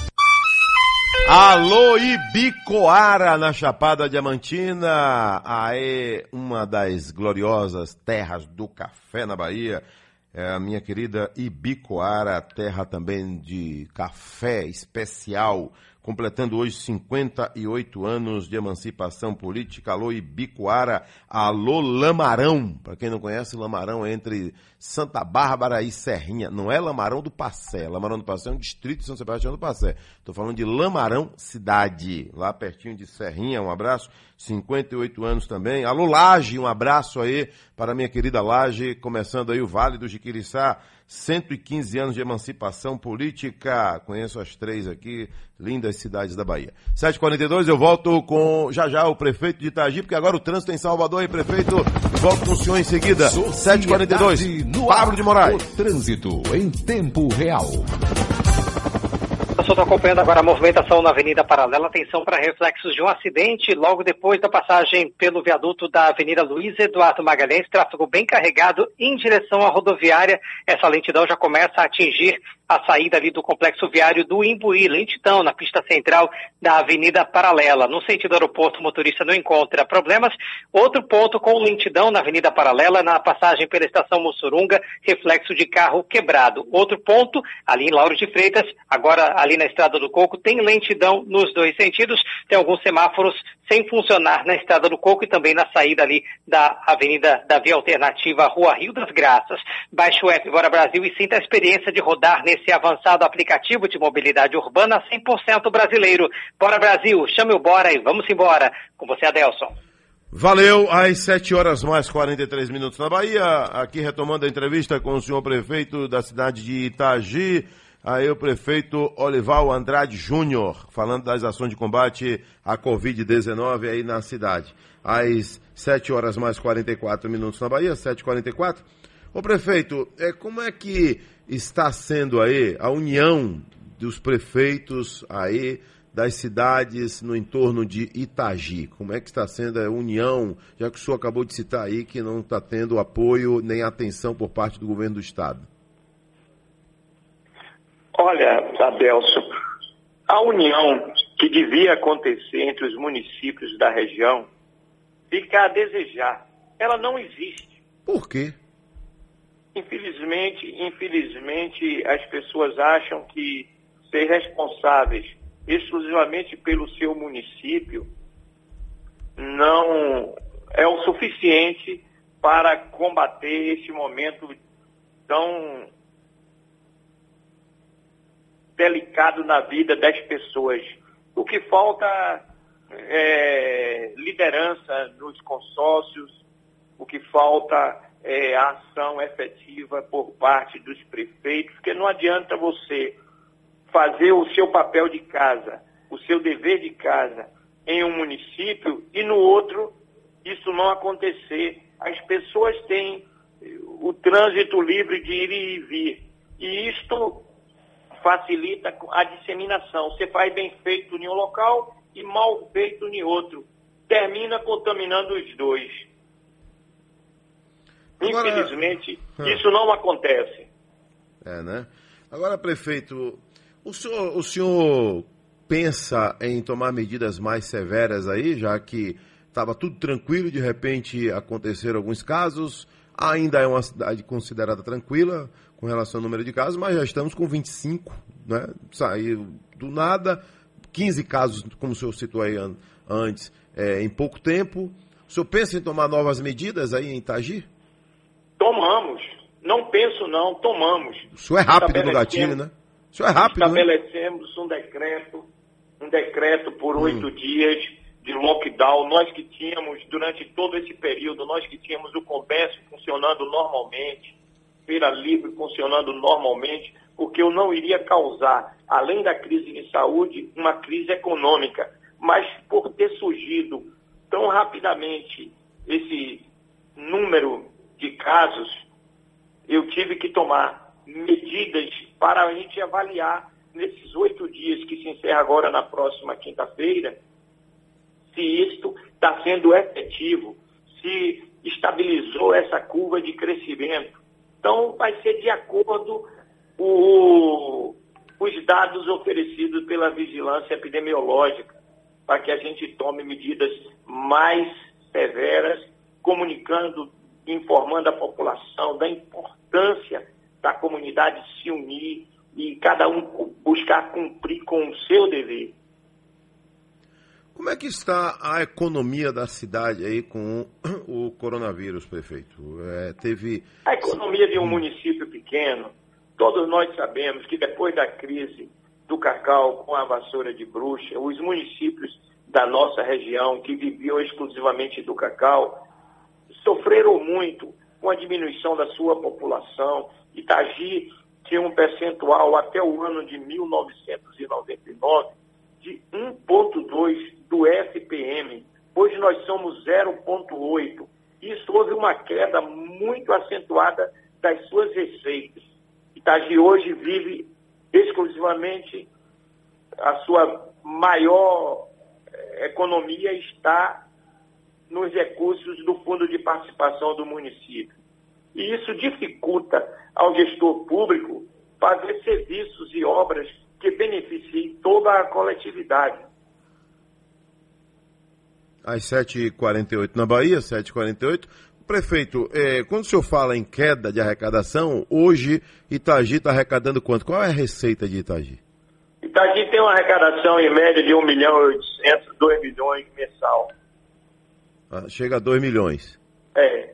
Alô, Ibicoara, na Chapada Diamantina. Aê, uma das gloriosas terras do café na Bahia. É a minha querida Ibicoara, terra também de café especial, completando hoje cinquenta e oito anos de emancipação política. Alô, Ibicoara, alô, Lamarão. Para quem não conhece, Lamarão é entre Santa Bárbara e Serrinha. Não é Lamarão do Passé. Lamarão do Passé é um distrito de São Sebastião do Passé. Estou falando de Lamarão, cidade, lá pertinho de Serrinha. Um abraço, cinquenta e oito anos também. Alô, Laje, um abraço aí para a minda querida Laje, começando aí o Vale do Jiquiriçá. cento e quinze anos de emancipação política. Conheço as três aqui, lindas cidades da Bahia. sete e quarenta e dois, eu volto com já já o prefeito de Itagi, porque agora o trânsito em Salvador, aí, prefeito. Volto com o senhor em seguida. sete e quarenta e dois, Pablo de Moraes. O trânsito em tempo real. Eu estou acompanhando agora a movimentação na Avenida Paralela. Atenção para reflexos de um acidente logo depois da passagem pelo viaduto da Avenida Luiz Eduardo Magalhães. Tráfego bem carregado em direção à rodoviária. Essa lentidão já começa a atingir a saída ali do complexo viário do Imbuí. Lentidão na pista central da Avenida Paralela. No sentido aeroporto, o motorista não encontra problemas. Outro ponto com lentidão na Avenida Paralela, na passagem pela estação Mussurunga, reflexo de carro quebrado. Outro ponto, ali em Lauro de Freitas, agora ali na Estrada do Coco, tem lentidão nos dois sentidos. Tem alguns semáforos sem funcionar na Estrada do Coco e também na saída ali da Avenida da Via Alternativa, Rua Rio das Graças. Baixe o app Bora Brasil e sinta a experiência de rodar nesse avançado aplicativo de mobilidade urbana cem por cento brasileiro. Bora Brasil, chame o Bora e vamos embora. Com você, Adelson. Valeu, às sete horas mais quarenta e três minutos na Bahia. Aqui retomando a entrevista com o senhor prefeito da cidade de Itagi. Aí o prefeito Olival Andrade Júnior, falando das ações de combate à covid dezenove aí na cidade. Às sete horas mais quarenta e quatro minutos na Bahia, sete e quarenta e quatro. Ô prefeito, é, como é que está sendo aí a união dos prefeitos aí das cidades no entorno de Itagi? Como é que está sendo a união, já que o senhor acabou de citar aí que não está tendo apoio nem atenção por parte do governo do estado? Olha, Adelson, a união que devia acontecer entre os municípios da região fica a desejar. Ela não existe. Por quê? Infelizmente, infelizmente, as pessoas acham que ser responsáveis exclusivamente pelo seu município não é o suficiente para combater esse momento tão delicado na vida das pessoas. O que falta é liderança nos consórcios, o que falta é a ação efetiva por parte dos prefeitos, porque não adianta você fazer o seu papel de casa, o seu dever de casa em um município e no outro isso não acontecer. As pessoas têm o trânsito livre de ir e vir e isto facilita a disseminação. Você faz bem feito em um local e mal feito em outro. Termina contaminando os dois. Agora, infelizmente, hum. isso não acontece. É, né? Agora, prefeito, o senhor, o senhor pensa em tomar medidas mais severas aí, já que estava tudo tranquilo e de repente aconteceram alguns casos? Ainda é uma cidade considerada tranquila com relação ao número de casos, mas já estamos com vinte e cinco, né? Saiu do nada, quinze casos, como o senhor citou aí an- antes, é, em pouco tempo. O senhor pensa em tomar novas medidas aí em Itagi? Tomamos. Não penso não, tomamos. O senhor é rápido no gatilho, né? O senhor é rápido, Estabelecemos né? um decreto, um decreto por oito hum. dias de lockdown, nós que tínhamos, durante todo esse período, nós que tínhamos o comércio funcionando normalmente, feira livre funcionando normalmente, porque eu não iria causar, além da crise de saúde, uma crise econômica. Mas por ter surgido tão rapidamente esse número de casos, eu tive que tomar medidas para a gente avaliar nesses oito dias que se encerra agora na próxima quinta-feira, se isto está sendo efetivo, se estabilizou essa curva de crescimento. Então, vai ser de acordo com os dados oferecidos pela vigilância epidemiológica, para que a gente tome medidas mais severas, comunicando, informando a população da importância da comunidade se unir e cada um buscar cumprir com o seu dever. Como é que está a economia da cidade aí com o coronavírus, prefeito? É, teve... A economia de um município pequeno, todos nós sabemos que depois da crise do cacau com a vassoura de bruxa, os municípios da nossa região que viviam exclusivamente do cacau sofreram muito com a diminuição da sua população. Itagi tinha um percentual até o ano de mil novecentos e noventa e nove de um vírgula dois do F P M. Hoje nós somos zero vírgula oito. Isso houve uma queda muito acentuada das suas receitas. Itagi hoje vive exclusivamente, a sua maior eh, economia está nos recursos do Fundo de Participação do município. E isso dificulta ao gestor público fazer serviços e obras que beneficiem toda a coletividade. Às sete e quarenta e oito na Bahia, sete e quarenta e oito. Prefeito, eh, quando o senhor fala em queda de arrecadação, hoje Itagi está arrecadando quanto? Qual é a receita de Itagi? Itagi tem uma arrecadação em média de um milhão e oitocentos, dois milhões mensal. Ah, chega a dois milhões. É.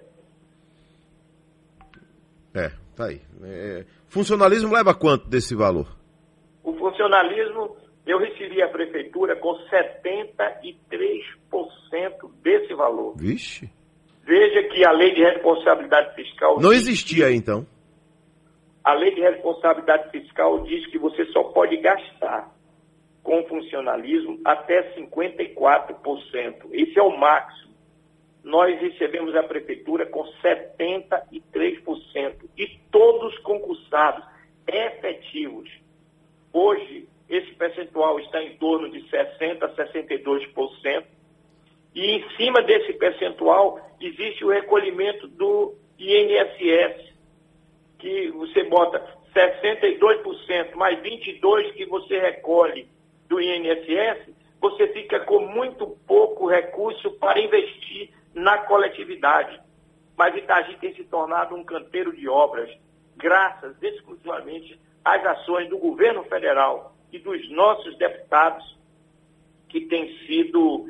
É, tá aí. É, funcionalismo leva quanto desse valor? O funcionalismo, eu recebi a prefeitura com setenta e três por cento desse valor. Vixe. Veja que a lei de responsabilidade fiscal... Não existia aí, então? A lei de responsabilidade fiscal diz que você só pode gastar com funcionalismo até cinquenta e quatro por cento. Esse é o máximo. Nós recebemos a prefeitura com setenta e três por cento e todos concursados efetivos. Hoje, esse percentual está em torno de sessenta por cento a sessenta e dois por cento. E em cima desse percentual existe o recolhimento do I N S S, que você bota sessenta e dois por cento mais vinte e dois por cento que você recolhe do I N S S, você fica com muito pouco recurso para investir na coletividade. Mas Itagi tem se tornado um canteiro de obras, graças exclusivamente às ações do governo federal e dos nossos deputados, que têm sido,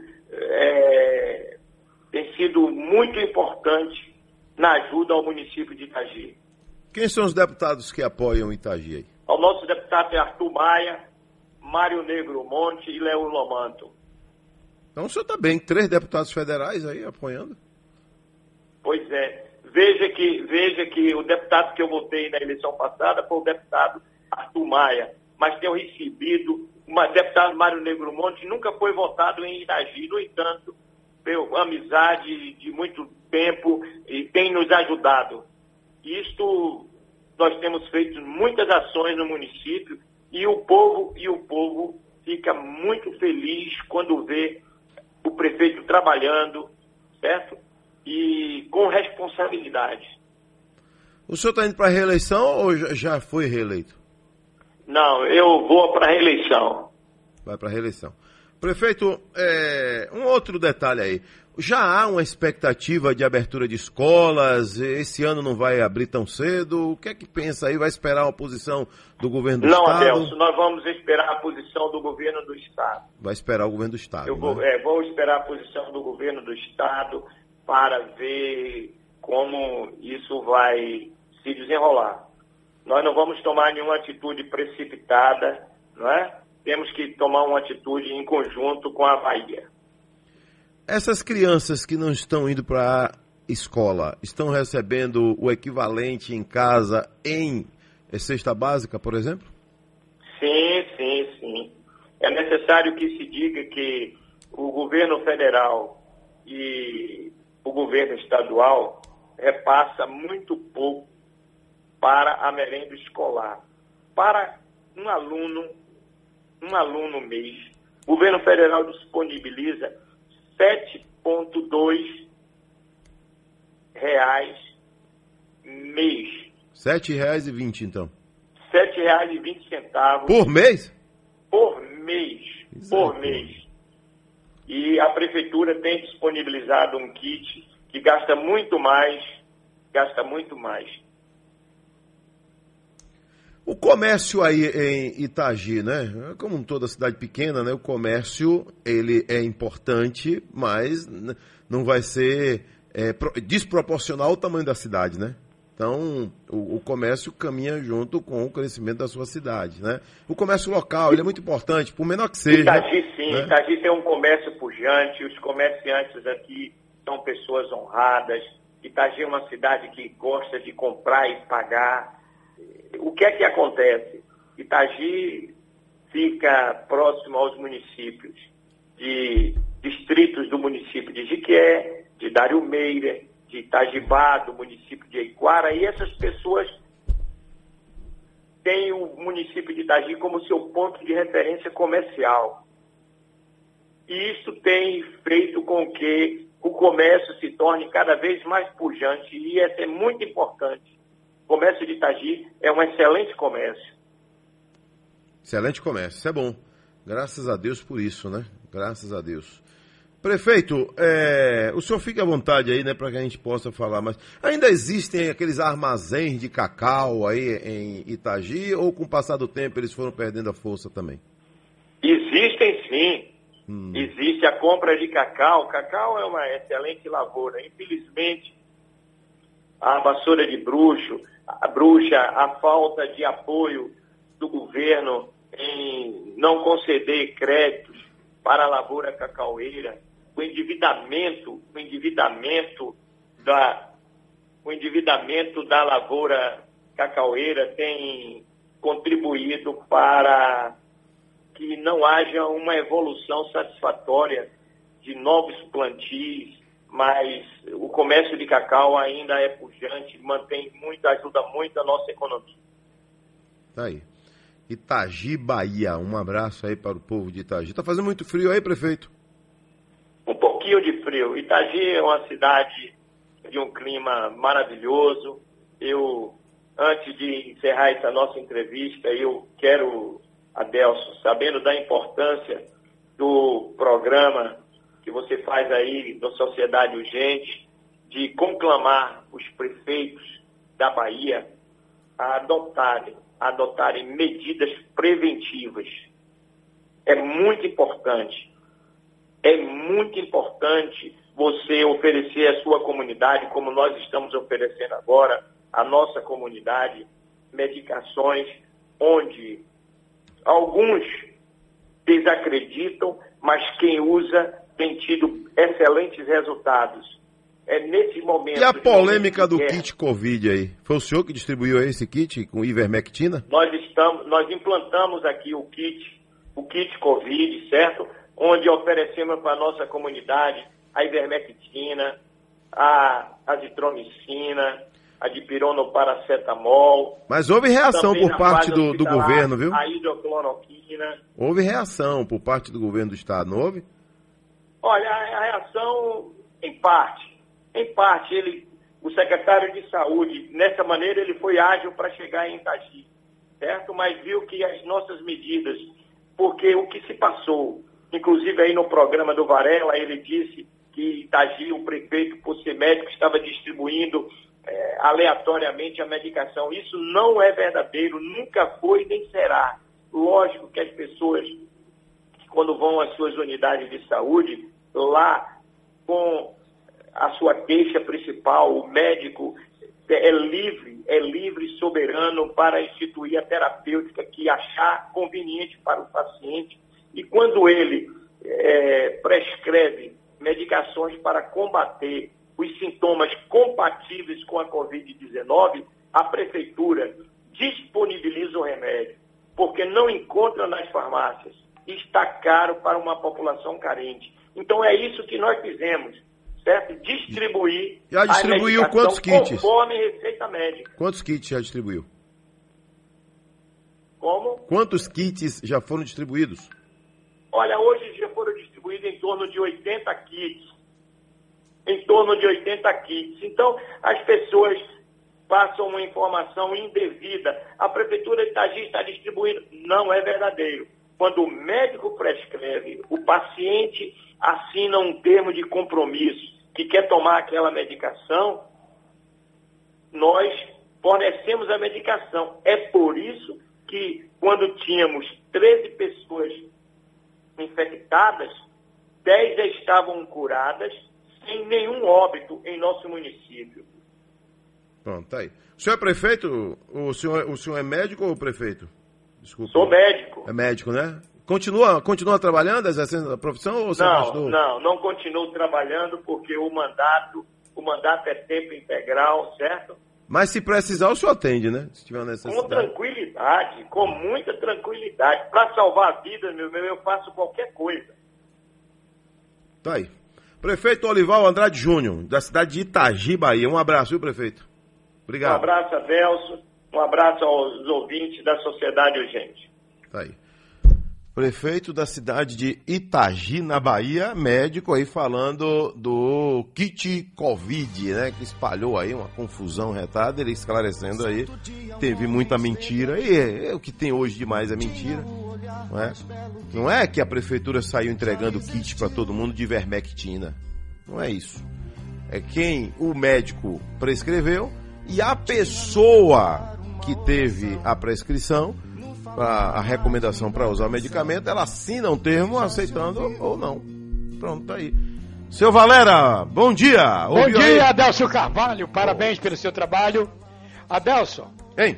é, tem sido muito importante na ajuda ao município de Itagi. Quem são os deputados que apoiam Itagi aí? O nosso deputado é Arthur Maia, Mário Negro Monte e Léo Lomanto. Então o senhor está bem, três deputados federais aí apoiando? Pois é. Veja que, veja que o deputado que eu votei na eleição passada foi o deputado Arthur Maia, mas tenho recebido, o deputado Mário Negro Monte nunca foi votado em Itagi. No entanto, pela amizade de muito tempo e tem nos ajudado. Isto, nós temos feito muitas ações no município e o povo, e o povo fica muito feliz quando vê o prefeito trabalhando, certo? E com responsabilidade. O senhor está indo para a reeleição ou já foi reeleito? Não, eu vou para a reeleição. Vai para a reeleição. Prefeito, é, um outro detalhe aí. Já há uma expectativa de abertura de escolas? Esse ano não vai abrir tão cedo? O que é que pensa aí? Vai esperar a posição do governo do não, Estado? Não, Adelso, nós vamos esperar a posição do governo do Estado. Vai esperar o governo do Estado, Eu vou, né? é, vou esperar a posição do governo do Estado para ver como isso vai se desenrolar. Nós não vamos tomar nenhuma atitude precipitada, não é? Temos que tomar uma atitude em conjunto com a Bahia. Essas crianças que não estão indo para a escola, estão recebendo o equivalente em casa em cesta básica, por exemplo? Sim, sim, sim. É necessário que se diga que o governo federal e o governo estadual repassa muito pouco para a merenda escolar. Para um aluno, um aluno mês, o governo federal disponibiliza sete vírgula dois reais mês. Sete reais e vinte, então. Sete reais e vinte centavos. Por mês? Por mês. Exato. Por mês. E a prefeitura tem disponibilizado um kit que gasta muito mais, gasta muito mais. O comércio aí em Itagi, né? Como toda cidade pequena, né? O comércio, ele é importante, mas não vai ser é, desproporcional ao tamanho da cidade, né? Então, o, o comércio caminha junto com o crescimento da sua cidade, né? O comércio local, ele é muito importante, por menor que seja. Itagi, sim. Né? Itagi tem um comércio pujante, os comerciantes aqui são pessoas honradas. Itagi é uma cidade que gosta de comprar e pagar. O que é que acontece? Itagi fica próximo aos municípios de distritos do município de Jiquié, de Dário Meira, de Itajibá, do município de Eiquara, e essas pessoas têm o município de Itagi como seu ponto de referência comercial. E isso tem feito com que o comércio se torne cada vez mais pujante, e isso é muito importante. O comércio de Itagi é um excelente comércio. Excelente comércio, isso é bom. Graças a Deus por isso, né? Graças a Deus. Prefeito, é, o senhor fique à vontade aí, né, para que a gente possa falar, mas ainda existem aqueles armazéns de cacau aí em Itagi, ou com o passar do tempo eles foram perdendo a força também? Existem sim. Hum. Existe a compra de cacau. Cacau é uma excelente lavoura. Infelizmente, a vassoura de bruxo, a bruxa, a falta de apoio do governo em não conceder créditos para a lavoura cacaueira, o endividamento, o endividamento da, o endividamento da lavoura cacaueira tem contribuído para que não haja uma evolução satisfatória de novos plantios, mas o comércio de cacau ainda é pujante, mantém muito, ajuda muito a nossa economia. Tá aí. Itagi, Bahia. Um abraço aí para o povo de Itagi. Tá fazendo muito frio aí, prefeito? Um pouquinho de frio. Itagi é uma cidade de um clima maravilhoso. Eu, antes de encerrar essa nossa entrevista, eu quero, Adelson, sabendo da importância do programa que você faz aí da Sociedade Urgente, de conclamar os prefeitos da Bahia a adotarem, a adotarem medidas preventivas. É muito importante. É muito importante você oferecer à sua comunidade, como nós estamos oferecendo agora, à nossa comunidade, medicações onde alguns desacreditam, mas quem usa tem tido excelentes resultados. É nesse momento... E a polêmica do guerra, kit Covid aí? Foi o senhor que distribuiu esse kit com ivermectina? Nós, estamos, nós implantamos aqui o kit, o kit Covid, certo? Onde oferecemos para a nossa comunidade a ivermectina, a azitromicina, a dipirona-paracetamol. Mas houve reação por parte do, do governo, viu? A hidrocloroquina. Houve reação por parte do governo do estado, não houve? Olha, a reação, em parte, em parte, ele, o secretário de Saúde, nessa maneira, ele foi ágil para chegar em Itagi, certo? Mas viu que as nossas medidas, porque o que se passou, inclusive aí no programa do Varela, ele disse que Itagi, o prefeito, por ser médico, estava distribuindo é, aleatoriamente a medicação. Isso não é verdadeiro, nunca foi nem será. Lógico que as pessoas, quando vão às suas unidades de saúde, lá com a sua queixa principal, o médico é livre, é livre e soberano para instituir a terapêutica que achar conveniente para o paciente. E quando ele é, prescreve medicações para combater os sintomas compatíveis com a covid dezenove, a prefeitura disponibiliza o remédio, porque não encontra nas farmácias. Está caro para uma população carente. Então é isso que nós fizemos, certo? Distribuir já distribuiu a quantos kits? Conforme receita médica. Quantos kits já distribuiu? Como? Quantos kits já foram distribuídos? Olha, hoje já foram distribuídos em torno de oitenta kits. Em torno de oitenta kits. Então, as pessoas passam uma informação indevida. A Prefeitura de Itagi está distribuindo. Não é verdadeiro. Quando o médico prescreve, o paciente assina um termo de compromisso que quer tomar aquela medicação, nós fornecemos a medicação. É por isso que, quando tínhamos treze pessoas infectadas, dez já estavam curadas, sem nenhum óbito em nosso município. Pronto, tá aí. O senhor é prefeito? O senhor, o senhor é médico ou prefeito? Desculpa. Sou médico. É médico, né? Continua, continua trabalhando, exercendo a profissão ou você Não, afastou? não, não continuo trabalhando porque o mandato, o mandato é tempo integral, certo? Mas se precisar, o senhor atende, né? Se tiver necessidade. Com tranquilidade, com muita tranquilidade. Para salvar vidas, meu, meu, eu faço qualquer coisa. Tá aí. Prefeito Olival Andrade Júnior, da cidade de Itagi, Bahia. Um abraço, viu, prefeito? Obrigado. Um abraço, Adelso. Um abraço aos ouvintes da Sociedade Urgente. Tá aí. Prefeito da cidade de Itagi, na Bahia, médico aí falando do kit Covid, né? Que espalhou aí uma confusão retada, ele esclarecendo aí. Teve muita mentira, e é, é, o que tem hoje demais é mentira. Não é? Não é que a prefeitura saiu entregando kit para todo mundo de ivermectina. Não é isso. É quem o médico prescreveu e a pessoa que teve a prescrição, a, a recomendação para usar o medicamento, ela assina um termo aceitando ou não. Pronto, tá aí. Seu Valera, bom dia. Bom Ouviu dia, aí? Adelso Carvalho. Parabéns pelo seu trabalho. Adelso. Hein?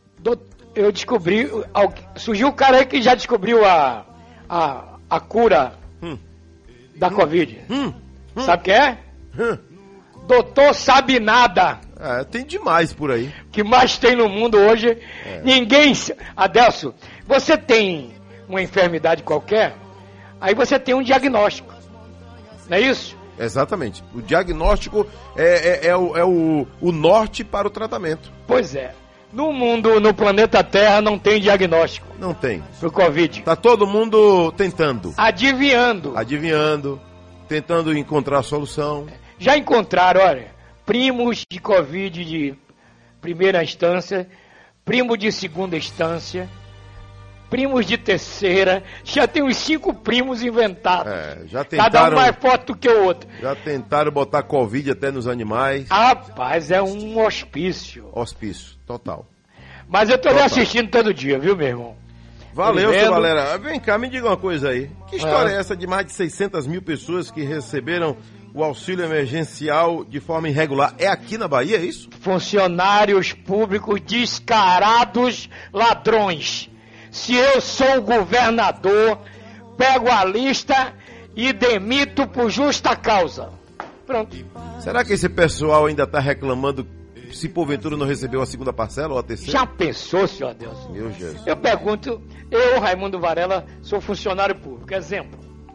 Eu descobri, surgiu um cara aí que já descobriu a, a, a cura hum. da hum. Covid. Hum. Hum. Sabe o que é? Hum. Doutor Sabe Nada. É, tem demais por aí. O que mais tem no mundo hoje, é. ninguém... Adelso, você tem uma enfermidade qualquer, aí você tem um diagnóstico, não é isso? Exatamente. O diagnóstico é, é, é, o, é o, o norte para o tratamento. Pois é. No mundo, no planeta Terra, não tem diagnóstico. Não tem. Pro Covid. Tá todo mundo tentando. Adivinhando. Adivinhando. Tentando encontrar a solução. Já encontraram, olha, primos de Covid de primeira instância, primo de segunda instância, primos de terceira, já tem uns cinco primos inventados. É, já tentaram, cada um mais forte do que o outro. Já tentaram botar Covid até nos animais. Rapaz, é um hospício. Hospício, total. Mas eu tô lhe assistindo todo dia, viu, meu irmão? Valeu, seu Valera. Vem cá, me diga uma coisa aí. Que história é, é essa de mais de seiscentas mil pessoas que receberam o auxílio emergencial de forma irregular? É aqui na Bahia, é isso? Funcionários públicos descarados ladrões. Se eu sou o governador, pego a lista e demito por justa causa. Pronto. Será que esse pessoal ainda está reclamando se porventura não recebeu a segunda parcela ou a terceira? Já pensou, senhor Deus? Meu Jesus. Eu pergunto, eu, Raimundo Varela, sou funcionário público, exemplo.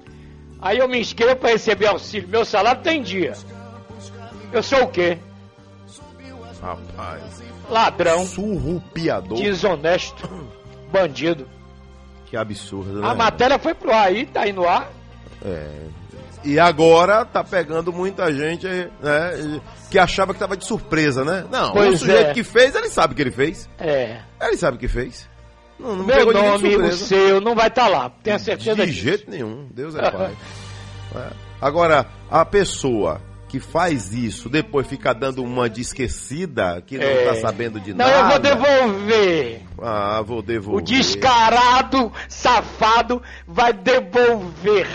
Aí eu me inscrevo para receber auxílio, meu salário tem dia. Eu sou o quê? Rapaz. Ladrão. Surrupiador. Desonesto. Bandido. Que absurdo, né? A matéria foi pro ar aí, tá aí no ar. É. E agora tá pegando muita gente, né, que achava que tava de surpresa, né? Não, pois o sujeito é. que fez, ele sabe que ele fez. É. Ele sabe que fez. Não, não Meu nome, o seu, não vai estar tá lá. Tenho certeza de disso. jeito nenhum. Deus é pai. É. Agora, a pessoa que faz isso, depois fica dando uma de esquecida, que não é. tá sabendo de não, nada. Não, eu vou devolver. Ah, vou devolver. O descarado, safado, vai devolver.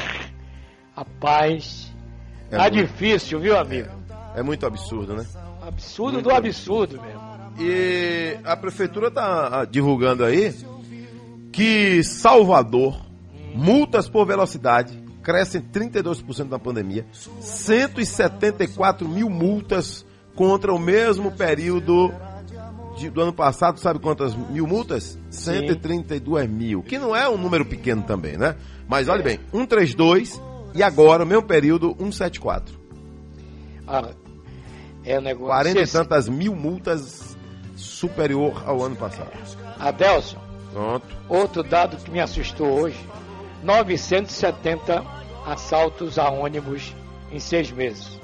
Rapaz, é tá muito difícil, viu, amigo? É, é muito absurdo, né? Absurdo muito do absurdo, absurdo mesmo. E a prefeitura tá divulgando aí que Salvador, multas por velocidade crescem trinta e dois por cento na pandemia, cento e setenta e quatro mil multas contra o mesmo período de, do ano passado. Sabe quantas mil multas? cento e trinta e dois mil, que não é um número pequeno também, né? Mas olha bem, cento e trinta e dois e agora, mesmo período, cento e setenta e quatro. Ah, é um negócio... quarenta e tantas mil multas superior ao ano passado. Adelson, pronto. Outro dado que me assustou hoje, novecentos e setenta assaltos a ônibus em seis meses.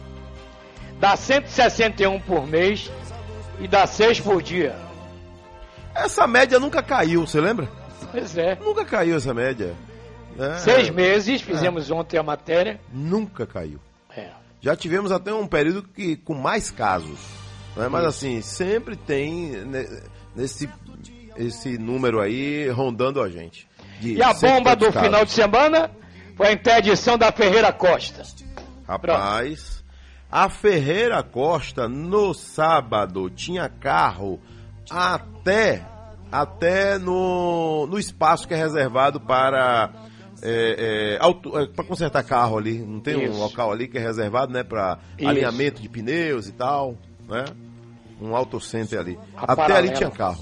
Dá cento e sessenta e um por mês e dá seis por dia. Essa média nunca caiu, você lembra? Pois é. Nunca caiu essa média. É, seis meses, fizemos é. ontem a matéria. Nunca caiu. É. Já tivemos até um período que, com mais casos. Né? Mas assim, sempre tem nesse esse número aí rondando a gente. E a bomba do casos. Final de semana foi a interdição da Ferreira Costa. Rapaz, Pronto. A Ferreira Costa no sábado tinha carro até, até no, no espaço que é reservado para... É, é, auto, é, para consertar carro ali, não tem Isso. um local ali que é reservado, né, para alinhamento de pneus e tal, né? Um autocenter ali. A Até paralela. Ali tinha carro.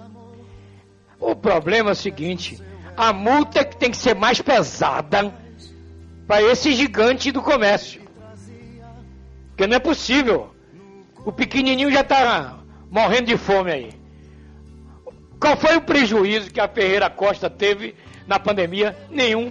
O problema é o seguinte: a multa que tem que ser mais pesada para esse gigante do comércio. Porque não é possível. O pequenininho já está morrendo de fome aí. Qual foi o prejuízo que a Ferreira Costa teve na pandemia? Nenhum.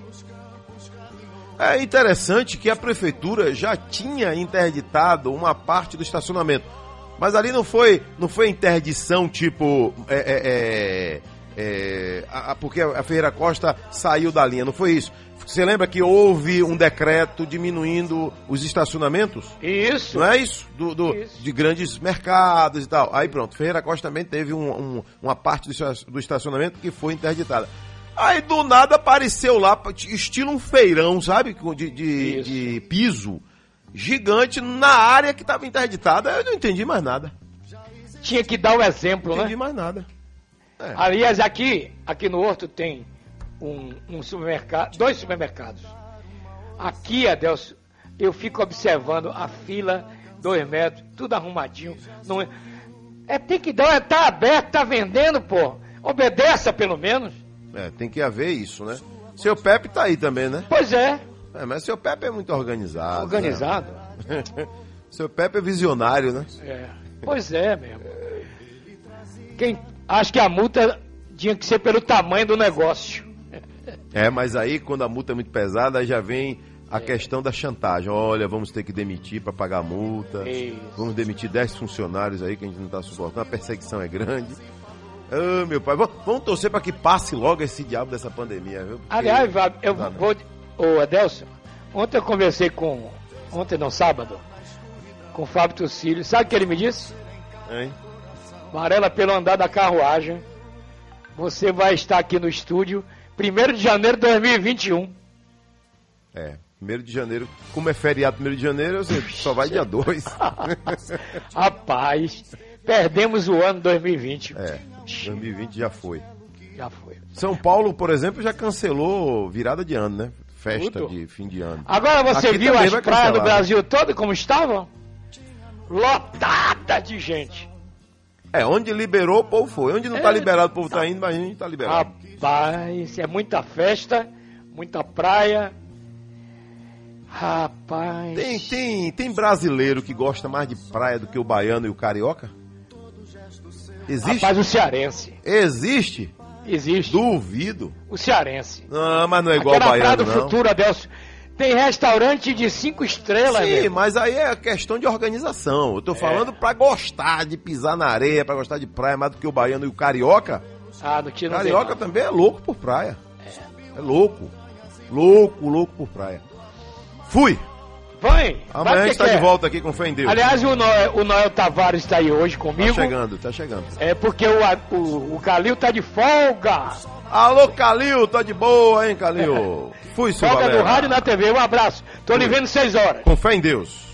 É interessante que a prefeitura já tinha interditado uma parte do estacionamento. Mas ali não foi, não foi interdição tipo... É, é, é, é, a, porque a Ferreira Costa saiu da linha, não foi isso. Você lembra que houve um decreto diminuindo os estacionamentos? Isso. Não é isso? Do, do, isso. De grandes mercados e tal. Aí pronto, Ferreira Costa também teve um, um, uma parte do estacionamento que foi interditada. Aí do nada apareceu lá, estilo um feirão, sabe? De, de, de piso gigante na área que estava interditada. Eu não entendi mais nada. Tinha que dar o exemplo, não né? Não entendi mais nada. É. Aliás, aqui, aqui no Horto tem um, um supermercado, dois supermercados. Aqui, Adelson, eu fico observando a fila, dois metros, tudo arrumadinho. Não é, é tem que dar, tá aberto, tá vendendo, pô. Obedeça pelo menos. É, tem que haver isso, né? Seu Pepe tá aí também, né? Pois é. É, mas seu Pepe é muito organizado. Organizado? Né? Seu Pepe é visionário, né? É. Pois é mesmo. Quem, acho que a multa tinha que ser pelo tamanho do negócio. É, mas aí quando a multa é muito pesada, aí já vem a é. questão da chantagem. Olha, vamos ter que demitir para pagar a multa. Isso. Vamos demitir dez funcionários aí que a gente não tá suportando. A perseguição é grande. Ah, oh, meu pai, vamos torcer para que passe logo esse diabo dessa pandemia, viu? Porque... Aliás, eu não, vou... Ô, Adelson, ontem eu conversei com... Ontem, não, sábado, com o Fábio Tucílio. Sabe o que ele me disse? Hein? Varela, pelo andar da carruagem, você vai estar aqui no estúdio primeiro de janeiro de dois mil e vinte e um. É, primeiro de janeiro. Como é feriado primeiro de janeiro, você só vai dia dois. Rapaz, perdemos o ano dois mil e vinte. É, dois mil e vinte já foi. Já foi. São Paulo, por exemplo, já cancelou virada de ano, né? Festa Tudo. De fim de ano. Agora você Aqui viu as praias do Brasil todo como estavam? Lotada de gente. É, onde liberou o povo foi. Onde não está é, liberado o povo está indo, mas a gente está liberado. Rapaz, é muita festa, muita praia. Rapaz. Tem, tem, tem brasileiro que gosta mais de praia do que o baiano e o carioca? Existe? Rapaz, o cearense. Existe? Existe. Duvido. O cearense. Não, mas não é igual o baiano, praia do não. Futuro, Adelson. Tem restaurante de cinco estrelas, Sim, mesmo. Mas aí é questão de organização. Eu tô é. falando pra gostar de pisar na areia, pra gostar de praia mais do que o baiano e o carioca. Ah, do que não Carioca também é louco por praia. É. é louco. Louco, louco por praia. Fui. Vai. Amanhã vai a gente tá quer. de volta aqui com fé em Deus. Aliás, o Noel, o Noel Tavares tá aí hoje comigo. Tá chegando, tá chegando. É porque o, o, o Calil tá de folga. Alô, Calil, tá de boa, hein, Calil? É. Fui, seu Folga galera. do rádio e na T V. Um abraço. Tô Fui. lhe vendo seis horas. Com fé em Deus.